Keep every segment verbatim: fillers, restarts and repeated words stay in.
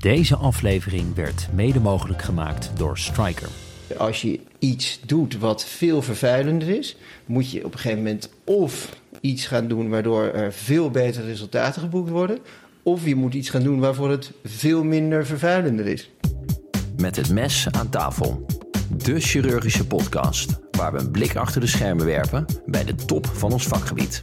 Deze aflevering werd mede mogelijk gemaakt door Stryker. Als je iets doet wat veel vervuilender is, moet je op een gegeven moment of iets gaan doen waardoor er veel betere resultaten geboekt worden, of je moet iets gaan doen waarvoor het veel minder vervuilender is. Met het mes aan tafel. De chirurgische podcast waar we een blik achter de schermen werpen bij de top van ons vakgebied.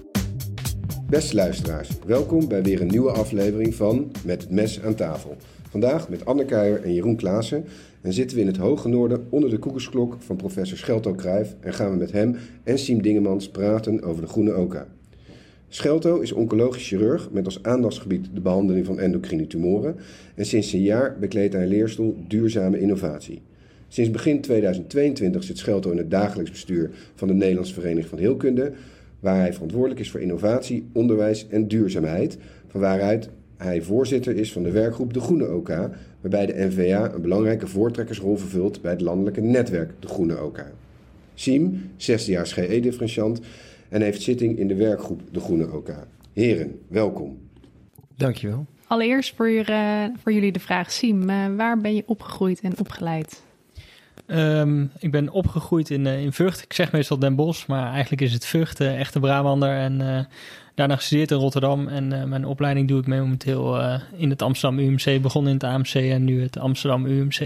Beste luisteraars, welkom bij weer een nieuwe aflevering van Met het mes aan tafel. Vandaag met Anne Keijer en Jeroen Klaassen en zitten we in het hoge noorden onder de koekersklok van professor Schelto Cruijff en gaan we met hem en Siem Dingemans praten over de groene O K. Schelto is oncologisch chirurg met als aandachtsgebied de behandeling van endocrine tumoren en sinds een jaar bekleedt hij een leerstoel duurzame innovatie. Sinds begin tweeduizend tweeëntwintig zit Schelto in het dagelijks bestuur van de Nederlandse Vereniging van Heelkunde, waar hij verantwoordelijk is voor innovatie, onderwijs en duurzaamheid, van waaruit hij voorzitter is van de werkgroep De Groene O K, waarbij de N V A een belangrijke voortrekkersrol vervult bij het landelijke netwerk De Groene O K. Siem, zesdejaars G E-differentiant en heeft zitting in de werkgroep De Groene O K. Heren, welkom. Dankjewel. Allereerst voor, uh, voor jullie de vraag, Siem, uh, waar ben je opgegroeid en opgeleid? Um, ik ben opgegroeid in, uh, in Vught. Ik zeg meestal Den Bosch, maar eigenlijk is het Vught, uh, echte Brabander. En uh, daarna gestudeerd in Rotterdam. En uh, mijn opleiding doe ik momenteel uh, in het Amsterdam U M C. Begon in het A M C en nu het Amsterdam U M C.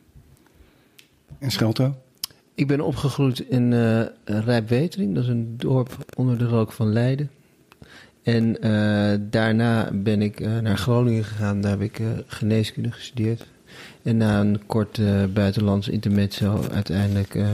En Schelto? Ik ben opgegroeid in uh, Rijpwetering. Dat is een dorp onder de rook van Leiden. En uh, daarna ben ik uh, naar Groningen gegaan. Daar heb ik uh, geneeskunde gestudeerd. En na een kort uh, buitenlands intermezzo uiteindelijk uh,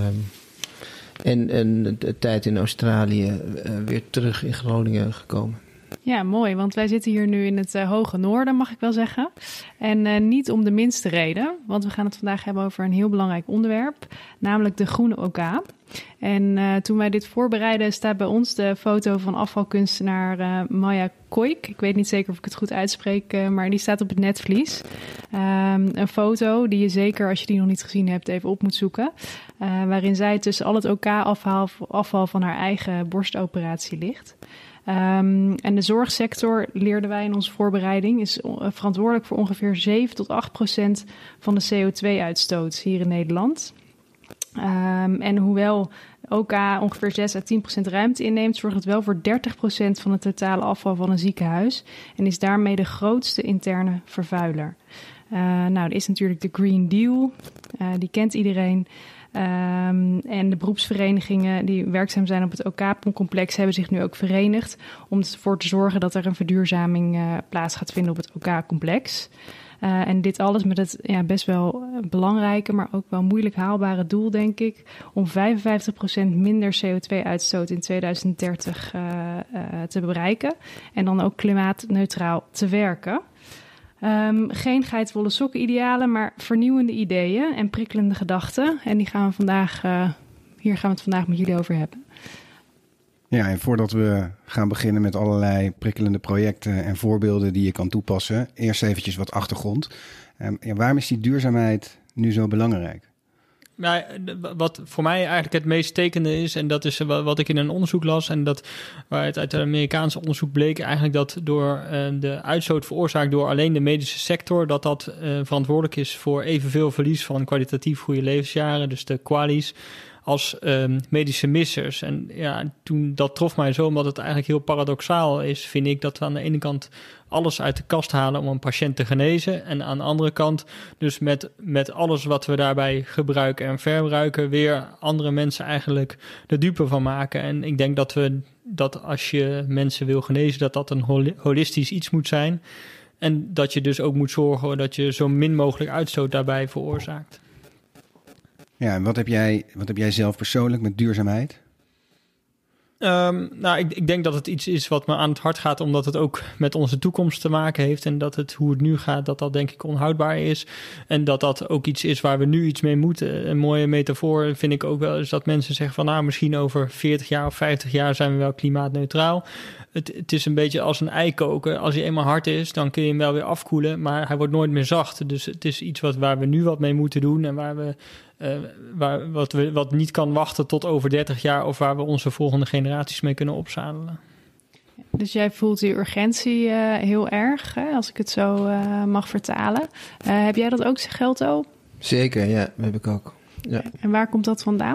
en, en de tijd in Australië uh, weer terug in Groningen gekomen. Ja, mooi, want wij zitten hier nu in het uh, hoge noorden, mag ik wel zeggen. En uh, niet om de minste reden, want we gaan het vandaag hebben over een heel belangrijk onderwerp, namelijk de groene O K. En uh, toen wij dit voorbereiden, staat bij ons de foto van afvalkunstenaar uh, Maya Koik. Ik weet niet zeker of ik het goed uitspreek, uh, maar die staat op het netvlies. Um, een foto die je zeker, als je die nog niet gezien hebt, even op moet zoeken. Uh, waarin zij tussen al het O K-afval afval van haar eigen borstoperatie ligt. Um, en de zorgsector, leerden wij in onze voorbereiding, is verantwoordelijk voor ongeveer zeven tot acht procent van de C O twee uitstoot hier in Nederland. Um, en hoewel O K ongeveer zes à tien procent ruimte inneemt, zorgt het wel voor dertig procent van het totale afval van een ziekenhuis en is daarmee de grootste interne vervuiler. Uh, nou, er is natuurlijk de Green Deal, uh, die kent iedereen. Um, en de beroepsverenigingen die werkzaam zijn op het O K-complex hebben zich nu ook verenigd om ervoor te zorgen dat er een verduurzaming uh, plaats gaat vinden op het O K-complex. Uh, en dit alles met het ja, best wel belangrijke, maar ook wel moeilijk haalbare doel, denk ik, om vijfenvijftig procent minder C O twee uitstoot in tweeduizend dertig uh, uh, te bereiken en dan ook klimaatneutraal te werken. Um, geen geitwolle sokken idealen, maar vernieuwende ideeën en prikkelende gedachten. En die gaan we vandaag, uh, hier gaan we het vandaag met jullie over hebben. Ja, en voordat we gaan beginnen met allerlei prikkelende projecten en voorbeelden die je kan toepassen, eerst eventjes wat achtergrond. Um, ja, waarom is die duurzaamheid nu zo belangrijk? Nou, wat voor mij eigenlijk het meest tekende is, en dat is wat ik in een onderzoek las, en dat waaruit uit het Amerikaanse onderzoek bleek eigenlijk dat door uh, de uitstoot veroorzaakt door alleen de medische sector, dat dat uh, verantwoordelijk is voor evenveel verlies van kwalitatief goede levensjaren, dus de kwalies, als um, medische missers. En ja, toen dat trof mij zo, omdat het eigenlijk heel paradoxaal is, vind ik, dat we aan de ene kant alles uit de kast halen om een patiënt te genezen, en aan de andere kant dus met, met alles wat we daarbij gebruiken en verbruiken weer andere mensen eigenlijk de dupe van maken. En ik denk dat we dat als je mensen wil genezen, dat dat een hol- holistisch iets moet zijn. En dat je dus ook moet zorgen dat je zo min mogelijk uitstoot daarbij veroorzaakt. Ja, en wat heb jij, wat heb jij zelf persoonlijk met duurzaamheid? Um, nou, ik, ik denk dat het iets is wat me aan het hart gaat, omdat het ook met onze toekomst te maken heeft. En dat het, hoe het nu gaat, dat dat denk ik onhoudbaar is. En dat dat ook iets is waar we nu iets mee moeten. Een mooie metafoor vind ik ook wel is dat mensen zeggen van, nou, misschien over veertig jaar of vijftig jaar zijn we wel klimaatneutraal. Het, het is een beetje als een ei koken. Als hij eenmaal hard is, dan kun je hem wel weer afkoelen, maar hij wordt nooit meer zacht. Dus het is iets wat, waar we nu wat mee moeten doen en waar we Uh, waar, wat, we, wat niet kan wachten tot over dertig jaar of waar we onze volgende generaties mee kunnen opzadelen. Dus jij voelt die urgentie uh, heel erg, hè, als ik het zo uh, mag vertalen. Uh, heb jij dat ook, Schelto? Zeker, ja, dat heb ik ook. Ja. En waar komt dat vandaan?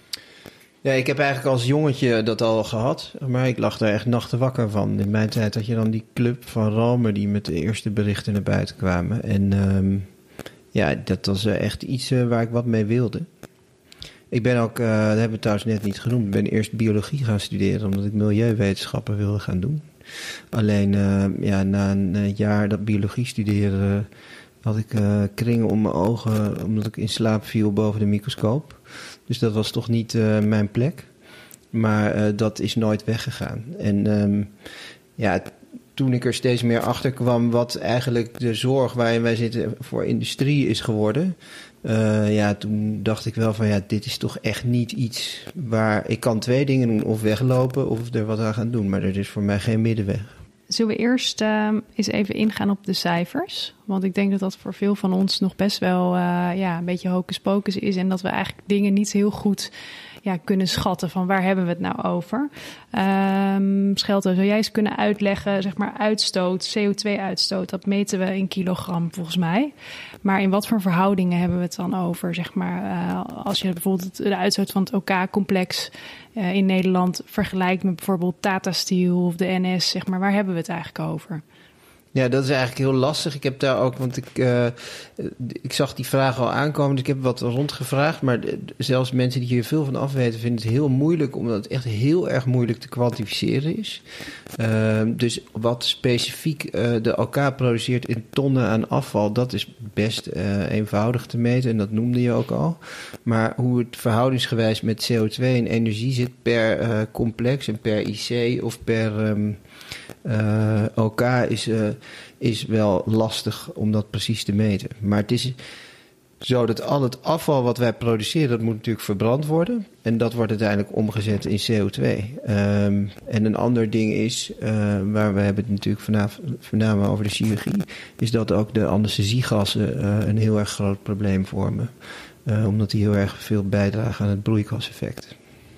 Ja, ik heb eigenlijk als jongetje dat al gehad, maar ik lag daar echt nachten wakker van. In mijn tijd had je dan die club van Rome die met de eerste berichten naar buiten kwamen. En um, ja, dat was echt iets uh, waar ik wat mee wilde. Ik ben ook, uh, dat hebben we trouwens net niet genoemd, ik ben eerst biologie gaan studeren omdat ik milieuwetenschappen wilde gaan doen. Alleen uh, ja, na een uh, jaar dat biologie studeren uh, had ik uh, kringen om mijn ogen omdat ik in slaap viel boven de microscoop. Dus dat was toch niet uh, mijn plek. Maar uh, dat is nooit weggegaan. En um, ja, toen ik er steeds meer achter kwam wat eigenlijk de zorg waarin wij zitten voor industrie is geworden. Uh, ja, toen dacht ik wel van ja, dit is toch echt niet iets waar ik kan twee dingen doen. Of weglopen of er wat aan gaan doen. Maar er is voor mij geen middenweg. Zullen we eerst uh, eens even ingaan op de cijfers? Want ik denk dat dat voor veel van ons nog best wel uh, ja, een beetje hocus pocus is. En dat we eigenlijk dingen niet heel goed ja, kunnen schatten van waar hebben we het nou over. Um, Schelto, zou jij eens kunnen uitleggen, zeg maar uitstoot, C O twee uitstoot, dat meten we in kilogram volgens mij. Maar in wat voor verhoudingen hebben we het dan over? Zeg maar, uh, als je bijvoorbeeld de uitstoot van het O K-complex uh, in Nederland vergelijkt met bijvoorbeeld Tata Steel of de N S, zeg maar, waar hebben we het eigenlijk over? Ja, dat is eigenlijk heel lastig. Ik heb daar ook, want ik, uh, ik zag die vraag al aankomen, dus ik heb wat rondgevraagd. Maar de, zelfs mensen die hier veel van afweten vinden het heel moeilijk, omdat het echt heel erg moeilijk te kwantificeren is. Uh, dus wat specifiek uh, de O K produceert in tonnen aan afval, dat is best uh, eenvoudig te meten en dat noemde je ook al. Maar hoe het verhoudingsgewijs met C O twee en energie zit per uh, complex en per I C of per Um, Uh, O K is, uh, is wel lastig om dat precies te meten. Maar het is zo dat al het afval wat wij produceren, dat moet natuurlijk verbrand worden. En dat wordt uiteindelijk omgezet in C O twee. Um, en een ander ding is, uh, waar we hebben het natuurlijk vanavond, voornamelijk over de chirurgie, is dat ook de anesthesiegassen uh, een heel erg groot probleem vormen. Uh, omdat die heel erg veel bijdragen aan het broeikaseffect.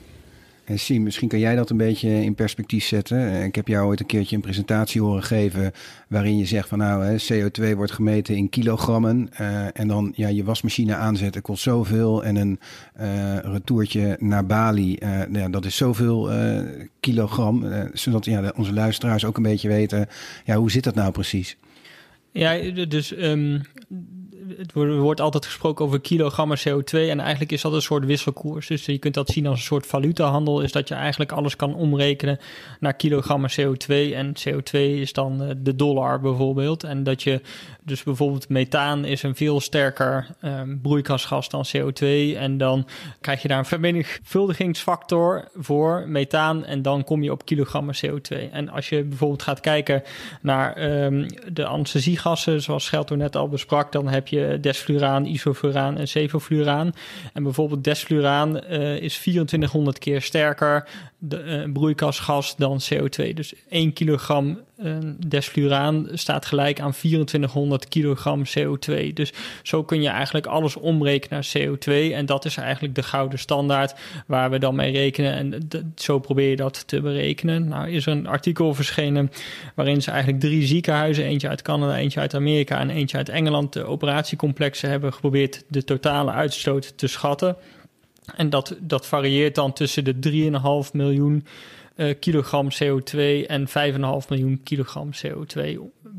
En Siem, misschien kan jij dat een beetje in perspectief zetten. Ik heb jou ooit een keertje een presentatie horen geven waarin je zegt van nou, hè, C O twee wordt gemeten in kilogrammen. Uh, en dan ja, je wasmachine aanzetten kost zoveel en een uh, retourtje naar Bali, uh, ja, dat is zoveel uh, kilogram. Uh, zodat ja, onze luisteraars ook een beetje weten, ja, hoe zit dat nou precies? Ja, dus um, het wordt altijd gesproken over kilogrammen C O twee en eigenlijk is dat een soort wisselkoers. Dus je kunt dat zien als een soort valutahandel, is dat je eigenlijk alles kan omrekenen naar kilogrammen C O twee. En C O twee is dan de dollar bijvoorbeeld. En dat je dus bijvoorbeeld methaan is een veel sterker um, broeikasgas dan C O twee. En dan krijg je daar een vermenigvuldigingsfactor voor methaan en dan kom je op kilogrammen C O twee. En als je bijvoorbeeld gaat kijken naar um, de anesthesiegassen, zoals Schelto net al besprak, dan heb je desfluraan, isofluraan en sevofluraan. En bijvoorbeeld desfluraan uh, is vierentwintighonderd keer sterker de, uh, broeikasgas dan C O twee. Dus één kilogram uh, desfluraan staat gelijk aan vierentwintighonderd kilogram C O twee. Dus zo kun je eigenlijk alles omrekenen naar C O twee. En dat is eigenlijk de gouden standaard waar we dan mee rekenen. En d- zo probeer je dat te berekenen. Nou is er een artikel verschenen waarin ze eigenlijk drie ziekenhuizen, eentje uit Canada, eentje uit Amerika en eentje uit Engeland, de operatiecomplexen hebben geprobeerd de totale uitstoot te schatten. En dat, dat varieert dan tussen de drie komma vijf miljoen uh, kilogram C O twee en vijf komma vijf miljoen kilogram C O twee,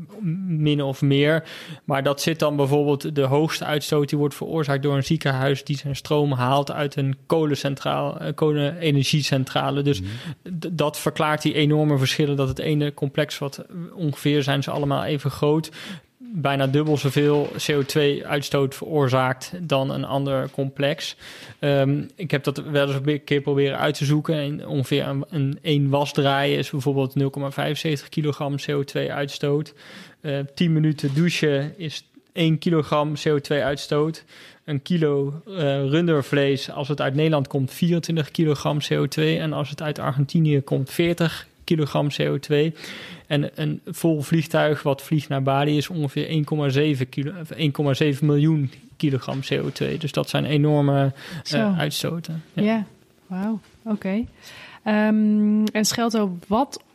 min of meer. Maar dat zit dan bijvoorbeeld, de hoogste uitstoot die wordt veroorzaakt door een ziekenhuis die zijn stroom haalt uit een kolencentrale, uh, kolenenergiecentrale. Dus mm-hmm. d- dat verklaart die enorme verschillen, dat het ene complex wat ongeveer zijn ze allemaal even groot, bijna dubbel zoveel C O twee uitstoot veroorzaakt dan een ander complex. Um, ik heb dat wel eens een keer proberen uit te zoeken. En ongeveer een, een één was draaien is bijvoorbeeld nul komma vijfenzeventig kilogram C O twee uitstoot. Uh, tien minuten douchen is één kilogram C O twee uitstoot. Een kilo uh, rundervlees, als het uit Nederland komt, vierentwintig kilogram C O twee. En als het uit Argentinië komt, veertig kilogram C O twee. En een vol vliegtuig wat vliegt naar Bali is ongeveer één komma zeven, kilo, één komma zeven miljoen kilogram C O twee. Dus dat zijn enorme uh, uitstoten. Ja, yeah. Wauw. Oké. Okay. Um, en Schelto, wat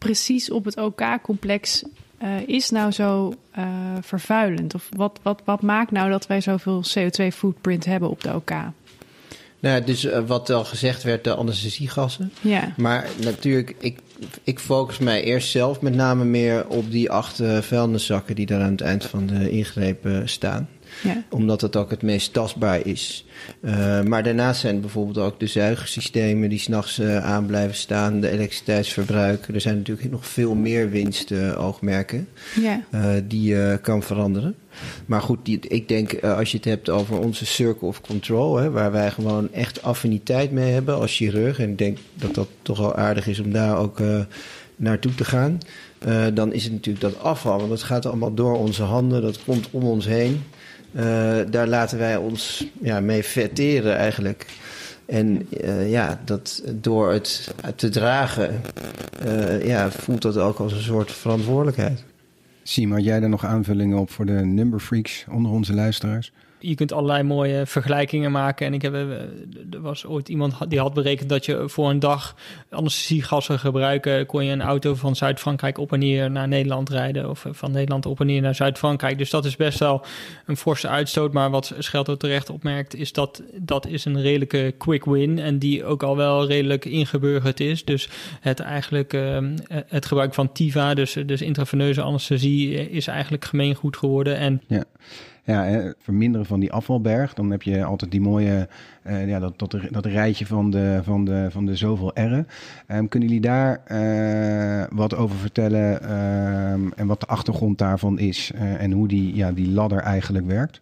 precies op het OK-complex uh, is nou zo uh, vervuilend? Of wat, wat, wat maakt nou dat wij zoveel C O twee footprint hebben op de OK? Nou, dus uh, wat al gezegd werd, de anesthesiegassen. Ja. Maar natuurlijk, ik, ik focus mij eerst zelf met name meer op die acht uh, vuilniszakken die daar aan het eind van de ingreep uh, staan. Ja. Omdat het ook het meest tastbaar is. Uh, maar daarnaast zijn bijvoorbeeld ook de zuigersystemen die 's nachts uh, aan blijven staan, de elektriciteitsverbruik. Er zijn natuurlijk nog veel meer winstoogmerken ja. uh, die je uh, kan veranderen. Maar goed, die, ik denk uh, als je het hebt over onze circle of control, hè, waar wij gewoon echt affiniteit mee hebben als chirurg, en ik denk dat dat toch wel aardig is om daar ook uh, naartoe te gaan, uh, dan is het natuurlijk dat afval. Want dat gaat allemaal door onze handen, dat komt om ons heen. Uh, daar laten wij ons ja, mee verteren eigenlijk. En uh, ja, dat door het te dragen, uh, ja, voelt dat ook als een soort verantwoordelijkheid. Siem, had jij daar nog aanvullingen op voor de number freaks onder onze luisteraars? Je kunt allerlei mooie vergelijkingen maken. En ik heb, er was ooit iemand die had berekend dat je voor een dag anesthesiegassen gebruiken, kon je een auto van Zuid-Frankrijk op en neer naar Nederland rijden, of van Nederland op en neer naar Zuid-Frankrijk. Dus dat is best wel een forse uitstoot. Maar wat Schelto terecht opmerkt, is dat dat is een redelijke quick win en die ook al wel redelijk ingeburgerd is. Dus het eigenlijk uh, het gebruik van T I V A, dus, dus intraveneuze anesthesie, is eigenlijk gemeengoed geworden. En ja. Ja, hè, verminderen van die afvalberg. Dan heb je altijd die mooie, uh, ja, dat, dat, dat rijtje van de, van de, van de zoveel R'en. Um, kunnen jullie daar uh, wat over vertellen um, en wat de achtergrond daarvan is uh, en hoe die, ja, die ladder eigenlijk werkt?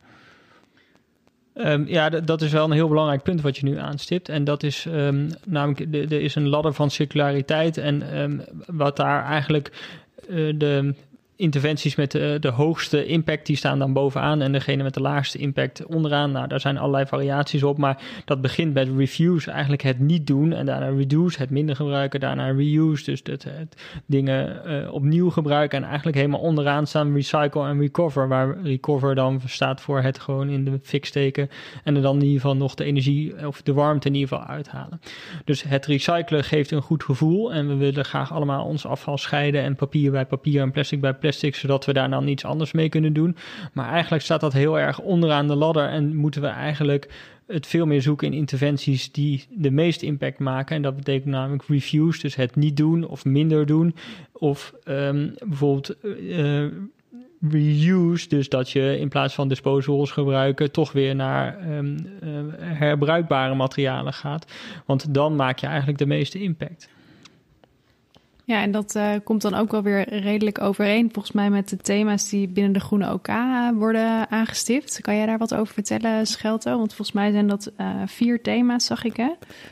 Um, ja, d- dat is wel een heel belangrijk punt wat je nu aanstipt. En dat is um, namelijk, er is een ladder van circulariteit. En um, wat daar eigenlijk uh, de interventies met de, de hoogste impact, die staan dan bovenaan en degene met de laagste impact onderaan. Nou, daar zijn allerlei variaties op, maar dat begint met refuse, eigenlijk het niet doen, en daarna reduce, het minder gebruiken, daarna reuse, dus het, het dingen uh, opnieuw gebruiken, en eigenlijk helemaal onderaan staan recycle en recover, waar recover dan staat voor het gewoon in de fik steken en er dan in ieder geval nog de energie of de warmte in ieder geval uithalen. Dus het recyclen geeft een goed gevoel en we willen graag allemaal ons afval scheiden en papier bij papier en plastic bij plastic, zodat we daar dan iets anders mee kunnen doen. Maar eigenlijk staat dat heel erg onderaan de ladder en moeten we eigenlijk het veel meer zoeken in interventies die de meeste impact maken. En dat betekent namelijk refuse, dus het niet doen of minder doen. Of um, bijvoorbeeld uh, reuse, dus dat je in plaats van disposables gebruiken toch weer naar um, uh, herbruikbare materialen gaat. Want dan maak je eigenlijk de meeste impact. Ja, en dat uh, komt dan ook wel weer redelijk overeen, volgens mij, met de thema's die binnen de Groene OK worden aangestipt. Kan jij daar wat over vertellen, Schelto? Want volgens mij zijn dat uh, vier thema's, zag ik, hè?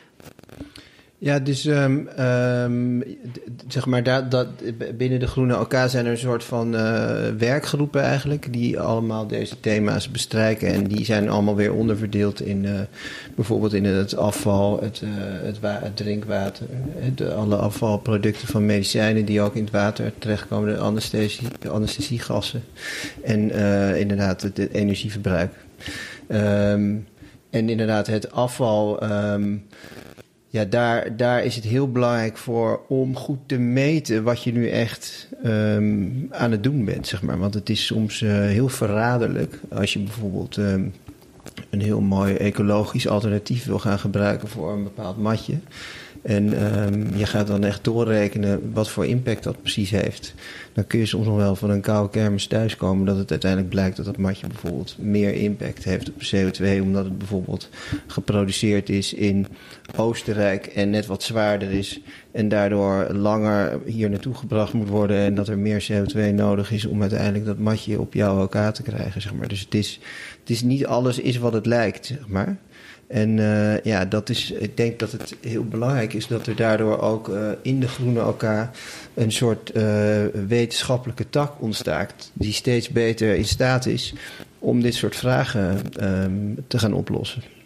Ja, dus um, um, zeg maar, dat, dat, binnen de Groene OK zijn er een soort van uh, werkgroepen eigenlijk, die allemaal deze thema's bestrijken. En die zijn allemaal weer onderverdeeld in uh, bijvoorbeeld in het afval, het, uh, het, wa- het drinkwater, het, alle afvalproducten van medicijnen die ook in het water terechtkomen, de anesthesie, de anesthesiegassen en uh, inderdaad het, het energieverbruik. Um, en inderdaad het afval. Um, Ja, daar, daar is het heel belangrijk voor om goed te meten wat je nu echt um, aan het doen bent, zeg maar. Want het is soms uh, heel verraderlijk als je bijvoorbeeld um, een heel mooi ecologisch alternatief wil gaan gebruiken voor een bepaald matje. En um, je gaat dan echt doorrekenen wat voor impact dat precies heeft. Dan kun je soms nog wel van een koude kermis thuiskomen dat het uiteindelijk blijkt dat dat matje bijvoorbeeld meer impact heeft op C O twee, omdat het bijvoorbeeld geproduceerd is in Oostenrijk en net wat zwaarder is en daardoor langer hier naartoe gebracht moet worden en dat er meer C O twee nodig is om uiteindelijk dat matje op jouw OK te krijgen, zeg maar. Dus het is, het is niet alles is wat het lijkt, zeg maar. En uh, ja, dat is, ik denk dat het heel belangrijk is dat er daardoor ook uh, in de Groene OK een soort uh, wetenschappelijke tak ontstaat die steeds beter in staat is om dit soort vragen um, te gaan oplossen.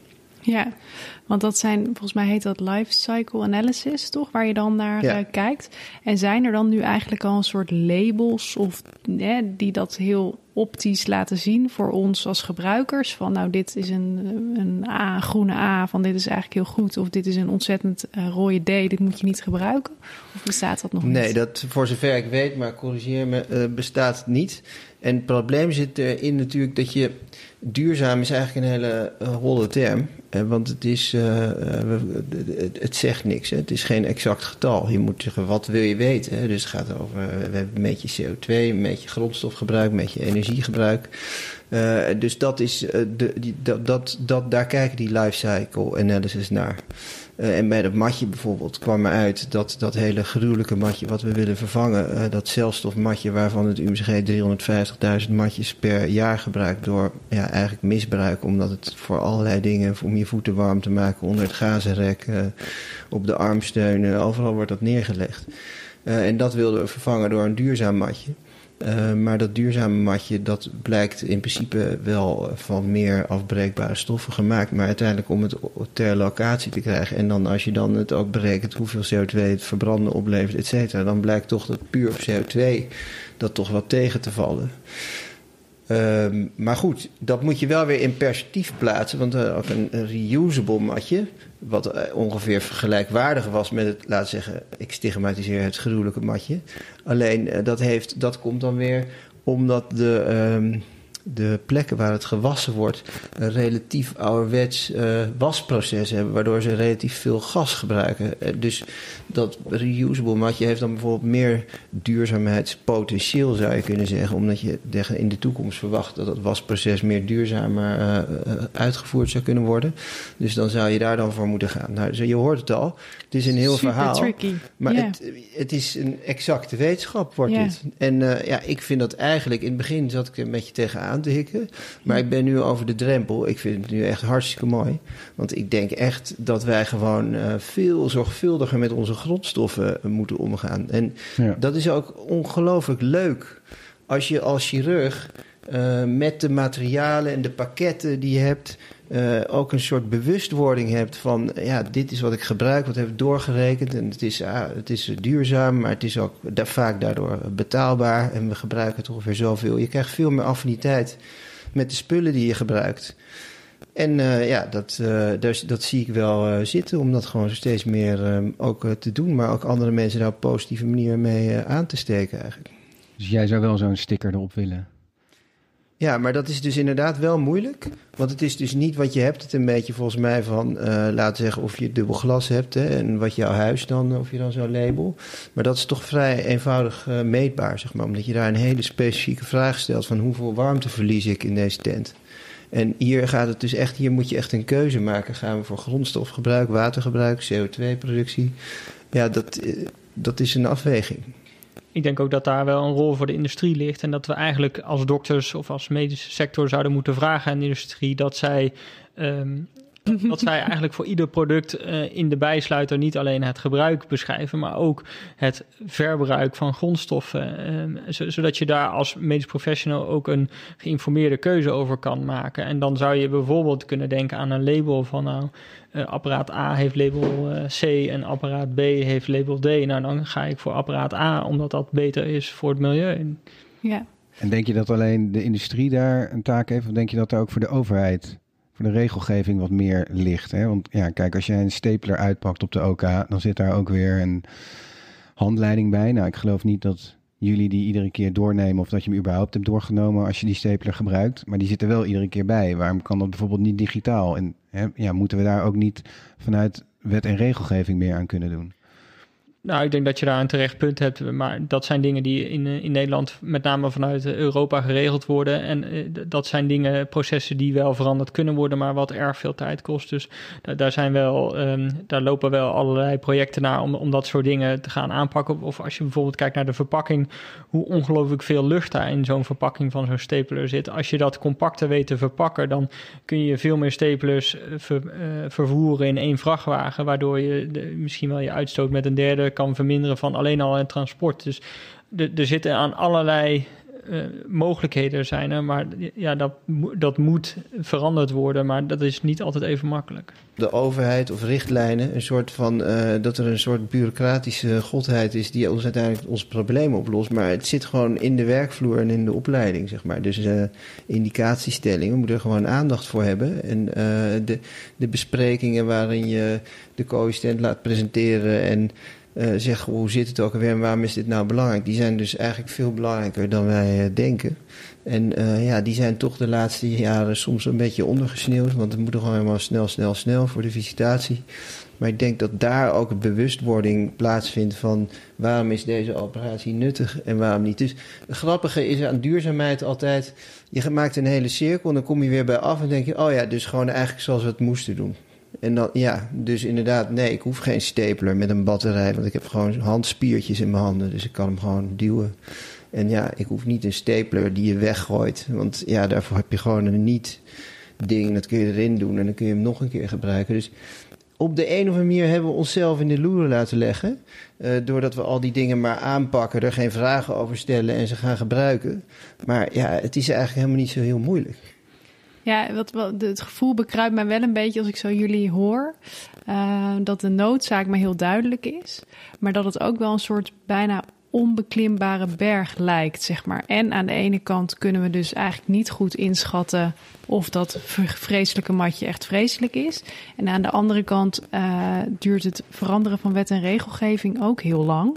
Ja, want dat zijn, volgens mij heet dat life cycle analysis, toch? Waar je dan naar Ja. uh, kijkt. En zijn er dan nu eigenlijk al een soort labels of eh, die dat heel optisch laten zien voor ons als gebruikers? Van nou, dit is een, een A, een groene A, van dit is eigenlijk heel goed. Of dit is een ontzettend uh, rode D, dit moet je niet gebruiken. Of bestaat dat nog Nee, niet? dat voor zover ik weet, maar corrigeer me, uh, bestaat het niet. En het probleem zit erin natuurlijk dat je... Duurzaam is eigenlijk een hele uh, holle term. Uh, want het, is, uh, uh, het, het zegt niks. Hè. Het is geen exact getal. Je moet zeggen, wat wil je weten? Hè? Dus het gaat over, uh, we hebben een beetje C O twee, een beetje grondstofgebruik, een beetje energiegebruik. Uh, dus dat is, uh, de, die, dat, dat, dat, daar kijken die life cycle analysis naar. Uh, en bij dat matje bijvoorbeeld kwam eruit dat dat hele gruwelijke matje wat we willen vervangen, uh, dat celstofmatje waarvan het U M C G driehonderdvijftigduizend matjes per jaar gebruikt door ja, eigenlijk misbruik, omdat het voor allerlei dingen, om je voeten warm te maken, onder het gazenrek, uh, op de armsteunen, overal wordt dat neergelegd. Uh, en dat wilden we vervangen door een duurzaam matje. Uh, maar dat duurzame matje, dat blijkt in principe wel van meer afbreekbare stoffen gemaakt. Maar uiteindelijk om het ter locatie te krijgen. En dan als je dan het ook berekent hoeveel C O twee het verbranden oplevert, et cetera, dan blijkt toch dat puur op C O twee dat toch wat tegen te vallen. Um, maar goed, dat moet je wel weer in perspectief plaatsen. Want uh, ook een, een reusable matje, wat uh, ongeveer vergelijkwaardig was met het, laten we zeggen, ik stigmatiseer het gruwelijke matje. Alleen uh, dat, heeft, dat komt dan weer omdat de, um, de plekken waar het gewassen wordt een relatief ouderwets uh, wasproces hebben, waardoor ze relatief veel gas gebruiken. Uh, dus dat reusable matje heeft dan bijvoorbeeld meer duurzaamheidspotentieel, zou je kunnen zeggen, omdat je in de toekomst verwacht dat het wasproces meer duurzamer uh, uitgevoerd zou kunnen worden. Dus dan zou je daar dan voor moeten gaan. Nou, dus je hoort het al. Het is een heel Super verhaal. tricky. Maar Yeah. het, het is een exacte wetenschap, wordt Ja. dit. En uh, ja, ik vind dat eigenlijk, in het begin zat ik er een beetje tegenaan te hikken. Maar ik ben nu over de drempel. Ik vind het nu echt hartstikke mooi. Want ik denk echt dat wij gewoon uh, veel zorgvuldiger met onze grondstoffen uh, moeten omgaan. En Ja. dat is ook ongelooflijk leuk. Als je als chirurg uh, met de materialen en de pakketten die je hebt, Uh, ook een soort bewustwording hebt van, ja, dit is wat ik gebruik, wat heb ik doorgerekend. En het is, uh, het is duurzaam, maar het is ook da- vaak daardoor betaalbaar. En we gebruiken toch ongeveer zoveel. Je krijgt veel meer affiniteit met de spullen die je gebruikt. En uh, ja, dat, uh, dus, dat zie ik wel uh, zitten, om dat gewoon steeds meer uh, ook uh, te doen. Maar ook andere mensen daar op een positieve manier mee uh, aan te steken eigenlijk. Dus jij zou wel zo'n sticker erop willen? Ja, maar dat is dus inderdaad wel moeilijk. Want het is dus niet wat je hebt. Het een beetje volgens mij van, uh, laten we zeggen, of je dubbel glas hebt. Hè, en wat jouw huis dan, of je dan zo'n label. Maar dat is toch vrij eenvoudig uh, meetbaar, zeg maar. Omdat je daar een hele specifieke vraag stelt van hoeveel warmte verlies ik in deze tent. En hier gaat het dus echt, hier moet je echt een keuze maken. Gaan we voor grondstofgebruik, watergebruik, C O twee productie? Ja, dat, uh, dat is een afweging. Ik denk ook dat daar wel een rol voor de industrie ligt. En dat we eigenlijk als dokters of als medische sector zouden moeten vragen aan de industrie dat zij, um, dat zij eigenlijk voor ieder product uh, in de bijsluiter niet alleen het gebruik beschrijven, maar ook het verbruik van grondstoffen. Um, zodat je daar als medisch professional ook een geïnformeerde keuze over kan maken. En dan zou je bijvoorbeeld kunnen denken aan een label van nou, Uh, apparaat A heeft label uh, C en apparaat B heeft label D. Nou, dan ga ik voor apparaat A, omdat dat beter is voor het milieu. Ja. En denk je dat alleen de industrie daar een taak heeft? Of denk je dat er ook voor de overheid, voor de regelgeving wat meer ligt? Hè? Want ja, kijk, als jij een stapler uitpakt op de O K, dan zit daar ook weer een handleiding bij. Nou, ik geloof niet dat jullie die iedere keer doornemen of dat je hem überhaupt hebt doorgenomen als je die stapler gebruikt. Maar die zit er wel iedere keer bij. Waarom kan dat bijvoorbeeld niet digitaal? En hè, ja, moeten we daar ook niet vanuit wet en regelgeving meer aan kunnen doen? Nou, ik denk dat je daar een terecht punt hebt. Maar dat zijn dingen die in, in Nederland met name vanuit Europa geregeld worden. En uh, dat zijn dingen, processen die wel veranderd kunnen worden, maar wat erg veel tijd kost. Dus da- daar zijn wel, um, daar lopen wel allerlei projecten naar om, om dat soort dingen te gaan aanpakken. Of als je bijvoorbeeld kijkt naar de verpakking, hoe ongelooflijk veel lucht daar in zo'n verpakking van zo'n stapler zit. Als je dat compacter weet te verpakken, dan kun je veel meer staplers ver, uh, vervoeren in één vrachtwagen, waardoor je de, misschien wel je uitstoot met een derde kan verminderen van alleen al het transport. Dus er zitten aan allerlei uh, mogelijkheden zijn er, maar ja, dat, dat moet veranderd worden, maar dat is niet altijd even makkelijk. De overheid of richtlijnen, een soort van uh, dat er een soort bureaucratische godheid is die ons uiteindelijk onze problemen oplost, maar het zit gewoon in de werkvloer en in de opleiding, zeg maar. Dus uh, indicatiestellingen, we moeten er gewoon aandacht voor hebben. En uh, de, de besprekingen waarin je de co-assistent laat presenteren en Uh, zeg, hoe zit het ook alweer en waarom is dit nou belangrijk? Die zijn dus eigenlijk veel belangrijker dan wij uh, denken. En uh, ja, die zijn toch de laatste jaren soms een beetje ondergesneeuwd, want het moet toch helemaal snel, snel, snel voor de visitatie. Maar ik denk dat daar ook een bewustwording plaatsvindt van waarom is deze operatie nuttig en waarom niet. Dus het grappige is aan duurzaamheid altijd, je maakt een hele cirkel en dan kom je weer bij af en denk je, oh ja, dus gewoon eigenlijk zoals we het moesten doen. En dan, ja, dus inderdaad, nee, ik hoef geen stapler met een batterij, want ik heb gewoon handspiertjes in mijn handen, dus ik kan hem gewoon duwen. En ja, ik hoef niet een stapler die je weggooit, want ja, daarvoor heb je gewoon een niet-ding, dat kun je erin doen en dan kun je hem nog een keer gebruiken. Dus op de een of andere manier hebben we onszelf in de loeren laten leggen, uh, doordat we al die dingen maar aanpakken, er geen vragen over stellen en ze gaan gebruiken. Maar ja, het is eigenlijk helemaal niet zo heel moeilijk. Ja, wat, wat, het gevoel bekruipt mij wel een beetje als ik zo jullie hoor. Uh, dat de noodzaak me heel duidelijk is. Maar dat het ook wel een soort bijna onbeklimbare berg lijkt, zeg maar. En aan de ene kant kunnen we dus eigenlijk niet goed inschatten of dat vreselijke matje echt vreselijk is. En aan de andere kant uh, duurt het veranderen van wet en regelgeving ook heel lang.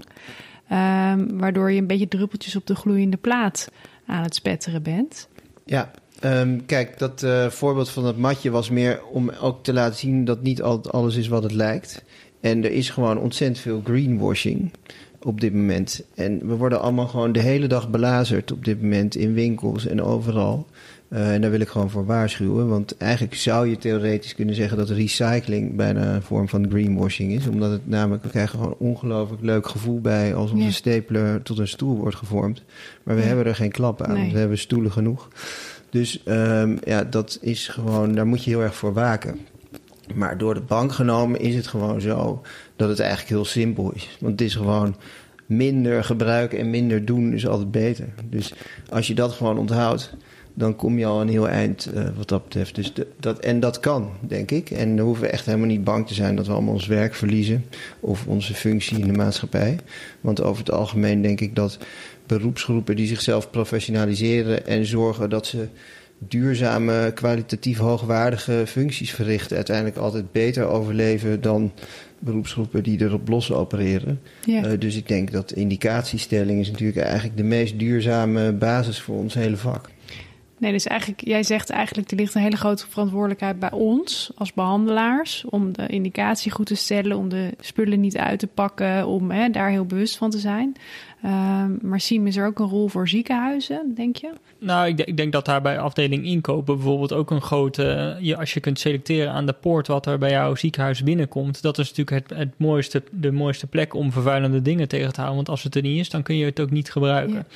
Uh, waardoor je een beetje druppeltjes op de gloeiende plaat aan het spetteren bent. Ja. Um, kijk, dat uh, voorbeeld van dat matje was meer om ook te laten zien dat niet altijd alles is wat het lijkt. En er is gewoon ontzettend veel greenwashing op dit moment. En we worden allemaal gewoon de hele dag belazerd op dit moment in winkels en overal. Uh, en daar wil ik gewoon voor waarschuwen. Want eigenlijk zou je theoretisch kunnen zeggen dat recycling bijna een vorm van greenwashing is. Omdat het namelijk, we krijgen gewoon een ongelooflijk leuk gevoel bij als onze ja. stapler tot een stoel wordt gevormd. Maar we ja. hebben er geen klap aan, nee. want we hebben stoelen genoeg. Dus um, ja, dat is gewoon, daar moet je heel erg voor waken. Maar door de bank genomen is het gewoon zo dat het eigenlijk heel simpel is. Want het is gewoon minder gebruiken en minder doen is altijd beter. Dus als je dat gewoon onthoudt, dan kom je al een heel eind uh, wat dat betreft. Dus de, dat, en dat kan, denk ik. En dan hoeven we echt helemaal niet bang te zijn dat we allemaal ons werk verliezen of onze functie in de maatschappij. Want over het algemeen denk ik dat beroepsgroepen die zichzelf professionaliseren en zorgen dat ze duurzame, kwalitatief hoogwaardige functies verrichten, uiteindelijk altijd beter overleven dan beroepsgroepen die erop los opereren. Ja. Uh, dus ik denk dat indicatiestelling is natuurlijk eigenlijk de meest duurzame basis voor ons hele vak. Nee, dus eigenlijk, jij zegt eigenlijk, er ligt een hele grote verantwoordelijkheid bij ons als behandelaars om de indicatie goed te stellen, om de spullen niet uit te pakken, om hè, daar heel bewust van te zijn. Uh, maar Siem, is er ook een rol voor ziekenhuizen, denk je? Nou, ik, d- ik denk dat daar bij afdeling inkopen bijvoorbeeld ook een grote, je, als je kunt selecteren aan de poort wat er bij jouw ziekenhuis binnenkomt, dat is natuurlijk het, het mooiste, de mooiste plek om vervuilende dingen tegen te houden. Want als het er niet is, dan kun je het ook niet gebruiken. Ja.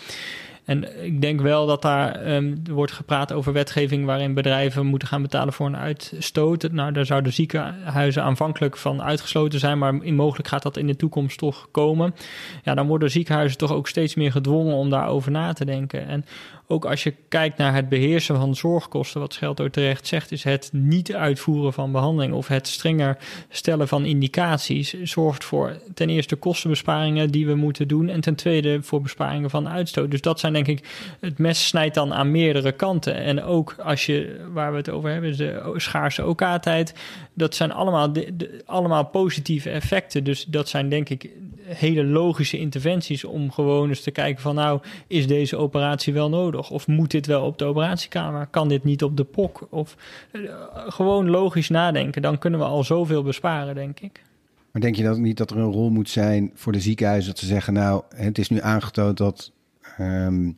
En ik denk wel dat daar um, er wordt gepraat over wetgeving waarin bedrijven moeten gaan betalen voor een uitstoot. Nou, daar zouden ziekenhuizen aanvankelijk van uitgesloten zijn, maar mogelijk gaat dat in de toekomst toch komen. Ja, dan worden ziekenhuizen toch ook steeds meer gedwongen om daarover na te denken. En ook als je kijkt naar het beheersen van zorgkosten, wat Scheldt ook terecht zegt, is het niet uitvoeren van behandeling of het strenger stellen van indicaties zorgt voor ten eerste kostenbesparingen die we moeten doen en ten tweede voor besparingen van uitstoot. Dus dat zijn denk ik, het mes snijdt dan aan meerdere kanten. En ook als je, waar we het over hebben, is de schaarse O K-tijd. Dat zijn allemaal, de, de, allemaal positieve effecten. Dus dat zijn denk ik hele logische interventies om gewoon eens te kijken van nou, is deze operatie wel nodig? Of moet dit wel op de operatiekamer? Kan dit niet op de P O C? Of uh, gewoon logisch nadenken. Dan kunnen we al zoveel besparen, denk ik. Maar denk je dat niet dat er een rol moet zijn voor de ziekenhuizen dat ze zeggen nou, het is nu aangetoond dat Um,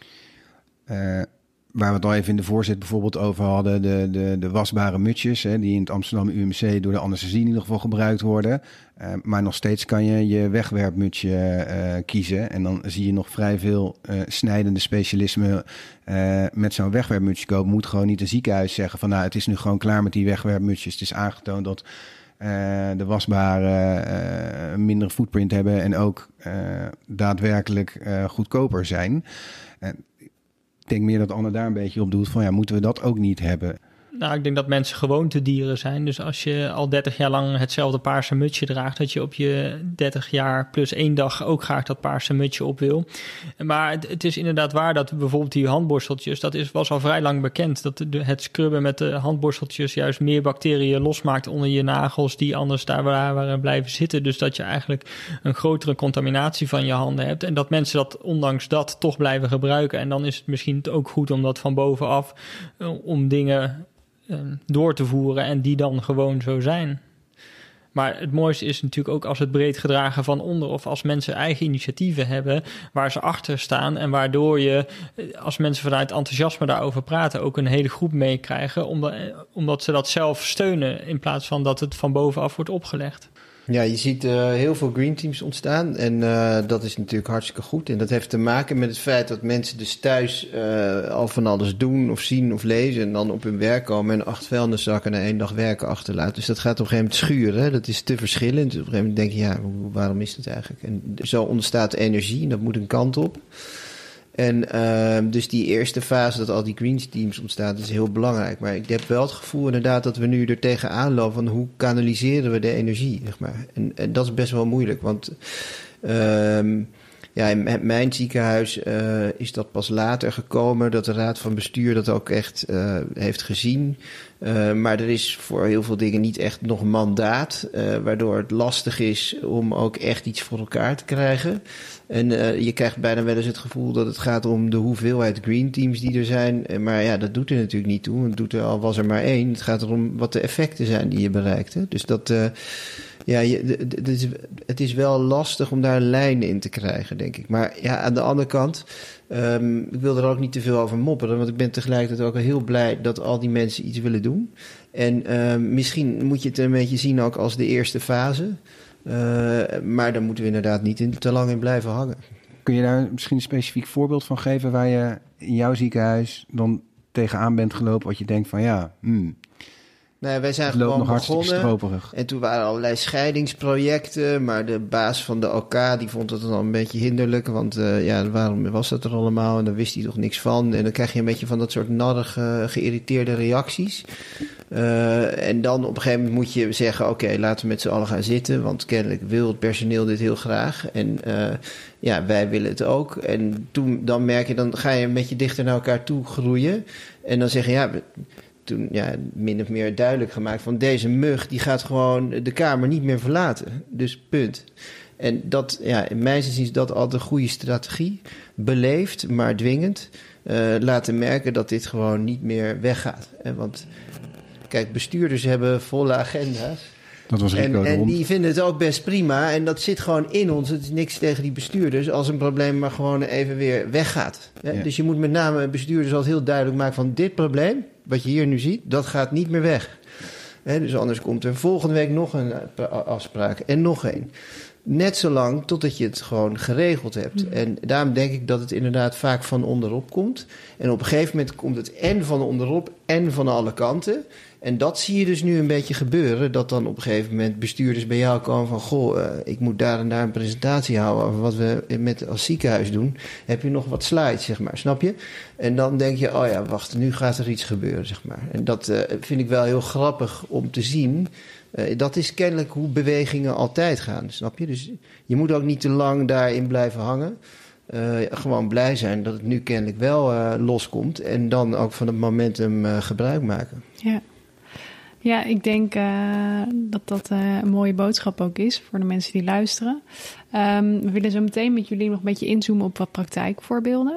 uh, waar we het al even in de voorzet bijvoorbeeld over hadden, de, de, de wasbare mutsjes, hè, die in het Amsterdam U M C door de anesthesie in ieder geval gebruikt worden. Uh, maar nog steeds kan je je wegwerpmutsje uh, kiezen. En dan zie je nog vrij veel uh, snijdende specialismen uh, met zo'n wegwerpmutsje kopen. Moet gewoon niet een ziekenhuis zeggen van nou, het is nu gewoon klaar met die wegwerpmutsjes. Het is aangetoond dat Uh, de wasbare uh, minder footprint hebben en ook uh, daadwerkelijk uh, goedkoper zijn. Uh, denk meer dat Anne daar een beetje op doet van ja, moeten we dat ook niet hebben? Nou, ik denk dat mensen gewoontedieren zijn. Dus als je al dertig jaar lang hetzelfde paarse mutsje draagt, dat je op je dertig jaar plus één dag ook graag dat paarse mutsje op wil. Maar het, het is inderdaad waar dat bijvoorbeeld die handborsteltjes, dat is, was al vrij lang bekend. Dat de, het scrubben met de handborsteltjes juist meer bacteriën losmaakt onder je nagels die anders daar waren blijven zitten. Dus dat je eigenlijk een grotere contaminatie van je handen hebt. En dat mensen dat ondanks dat toch blijven gebruiken. En dan is het misschien ook goed om dat van bovenaf, om dingen door te voeren en die dan gewoon zo zijn. Maar het mooiste is natuurlijk ook als het breed gedragen van onder, of als mensen eigen initiatieven hebben waar ze achter staan en waardoor je, als mensen vanuit enthousiasme daarover praten, ook een hele groep meekrijgen, omdat, omdat ze dat zelf steunen in plaats van dat het van bovenaf wordt opgelegd. Ja, je ziet uh, heel veel green teams ontstaan en uh, dat is natuurlijk hartstikke goed. En dat heeft te maken met het feit dat mensen dus thuis uh, al van alles doen of zien of lezen en dan op hun werk komen en acht vuilniszakken na één dag werken achterlaten. Dus dat gaat op een gegeven moment schuren. Hè? Dat is te verschillend. Dus op een gegeven moment denk je, ja, waarom is dat eigenlijk? En zo ontstaat energie en dat moet een kant op. En uh, dus die eerste fase dat al die green teams ontstaan, is heel belangrijk. Maar ik heb wel het gevoel inderdaad dat we nu er tegenaan lopen van hoe kanaliseren we de energie, zeg maar. En, en dat is best wel moeilijk, want uh, ja, in mijn ziekenhuis uh, is dat pas later gekomen, dat de raad van bestuur dat ook echt uh, heeft gezien. Uh, maar er is voor heel veel dingen niet echt nog mandaat, uh, waardoor het lastig is om ook echt iets voor elkaar te krijgen. En uh, je krijgt bijna wel eens het gevoel dat het gaat om de hoeveelheid green teams die er zijn. Maar ja, dat doet er natuurlijk niet toe. Het doet er, al was er maar één. Het gaat erom wat de effecten zijn die je bereikt. Hè? Dus dat, uh, ja, je, het, is, het is wel lastig om daar een lijn in te krijgen, denk ik. Maar ja, aan de andere kant, um, ik wil er ook niet te veel over mopperen, want ik ben tegelijkertijd ook heel blij dat al die mensen iets willen doen. En uh, misschien moet je het een beetje zien ook als de eerste fase. Uh, maar daar moeten we inderdaad niet in, te lang in blijven hangen. Kun je daar misschien een specifiek voorbeeld van geven waar je in jouw ziekenhuis dan tegenaan bent gelopen wat je denkt van ja, hmm, nou ja, wij zijn het loopt gewoon nog hartstikke begonnen stroperig. En toen waren allerlei scheidingsprojecten, maar de baas van de O K die vond het dan een beetje hinderlijk, want uh, ja, waarom was dat er allemaal en daar wist hij toch niks van. En dan krijg je een beetje van dat soort narrige, geïrriteerde reacties. Uh, en dan op een gegeven moment moet je zeggen, oké, okay, laten we met z'n allen gaan zitten, want kennelijk wil het personeel dit heel graag. En uh, ja, wij willen het ook. En toen dan merk je, dan ga je een beetje dichter naar elkaar toe groeien. En dan zeggen, ja, toen ja, min of meer duidelijk gemaakt van deze mug, die gaat gewoon de kamer niet meer verlaten. Dus punt. En dat, ja, in mijn zin is dat altijd een goede strategie. Beleefd, maar dwingend. Uh, laten merken dat dit gewoon niet meer weggaat. En want kijk, bestuurders hebben volle agenda's. Dat was Rico en, de en Hond. die vinden het ook best prima. En dat zit gewoon in ons. Het is niks tegen die bestuurders als een probleem maar gewoon even weer weggaat. Ja? Ja. Dus je moet met name bestuurders altijd heel duidelijk maken van dit probleem, wat je hier nu ziet, dat gaat niet meer weg. He, dus anders komt er volgende week nog een afspraak en nog één. Net zolang totdat je het gewoon geregeld hebt. En daarom denk ik dat het inderdaad vaak van onderop komt. En op een gegeven moment komt het en van onderop en van alle kanten. En dat zie je dus nu een beetje gebeuren. Dat dan op een gegeven moment bestuurders bij jou komen van, goh, uh, ik moet daar en daar een presentatie houden over wat we met als ziekenhuis doen. Heb je nog wat slides, zeg maar, snap je? En dan denk je, oh ja, wacht, nu gaat er iets gebeuren, zeg maar. En dat uh, vind ik wel heel grappig om te zien. Uh, dat is kennelijk hoe bewegingen altijd gaan, snap je? Dus je moet ook niet te lang daarin blijven hangen. Uh, gewoon blij zijn dat het nu kennelijk wel uh, loskomt. En dan ook van het momentum uh, gebruik maken. Ja. Ja, ik denk uh, dat dat uh, een mooie boodschap ook is voor de mensen die luisteren. Um, we willen zo meteen met jullie nog een beetje inzoomen op wat praktijkvoorbeelden.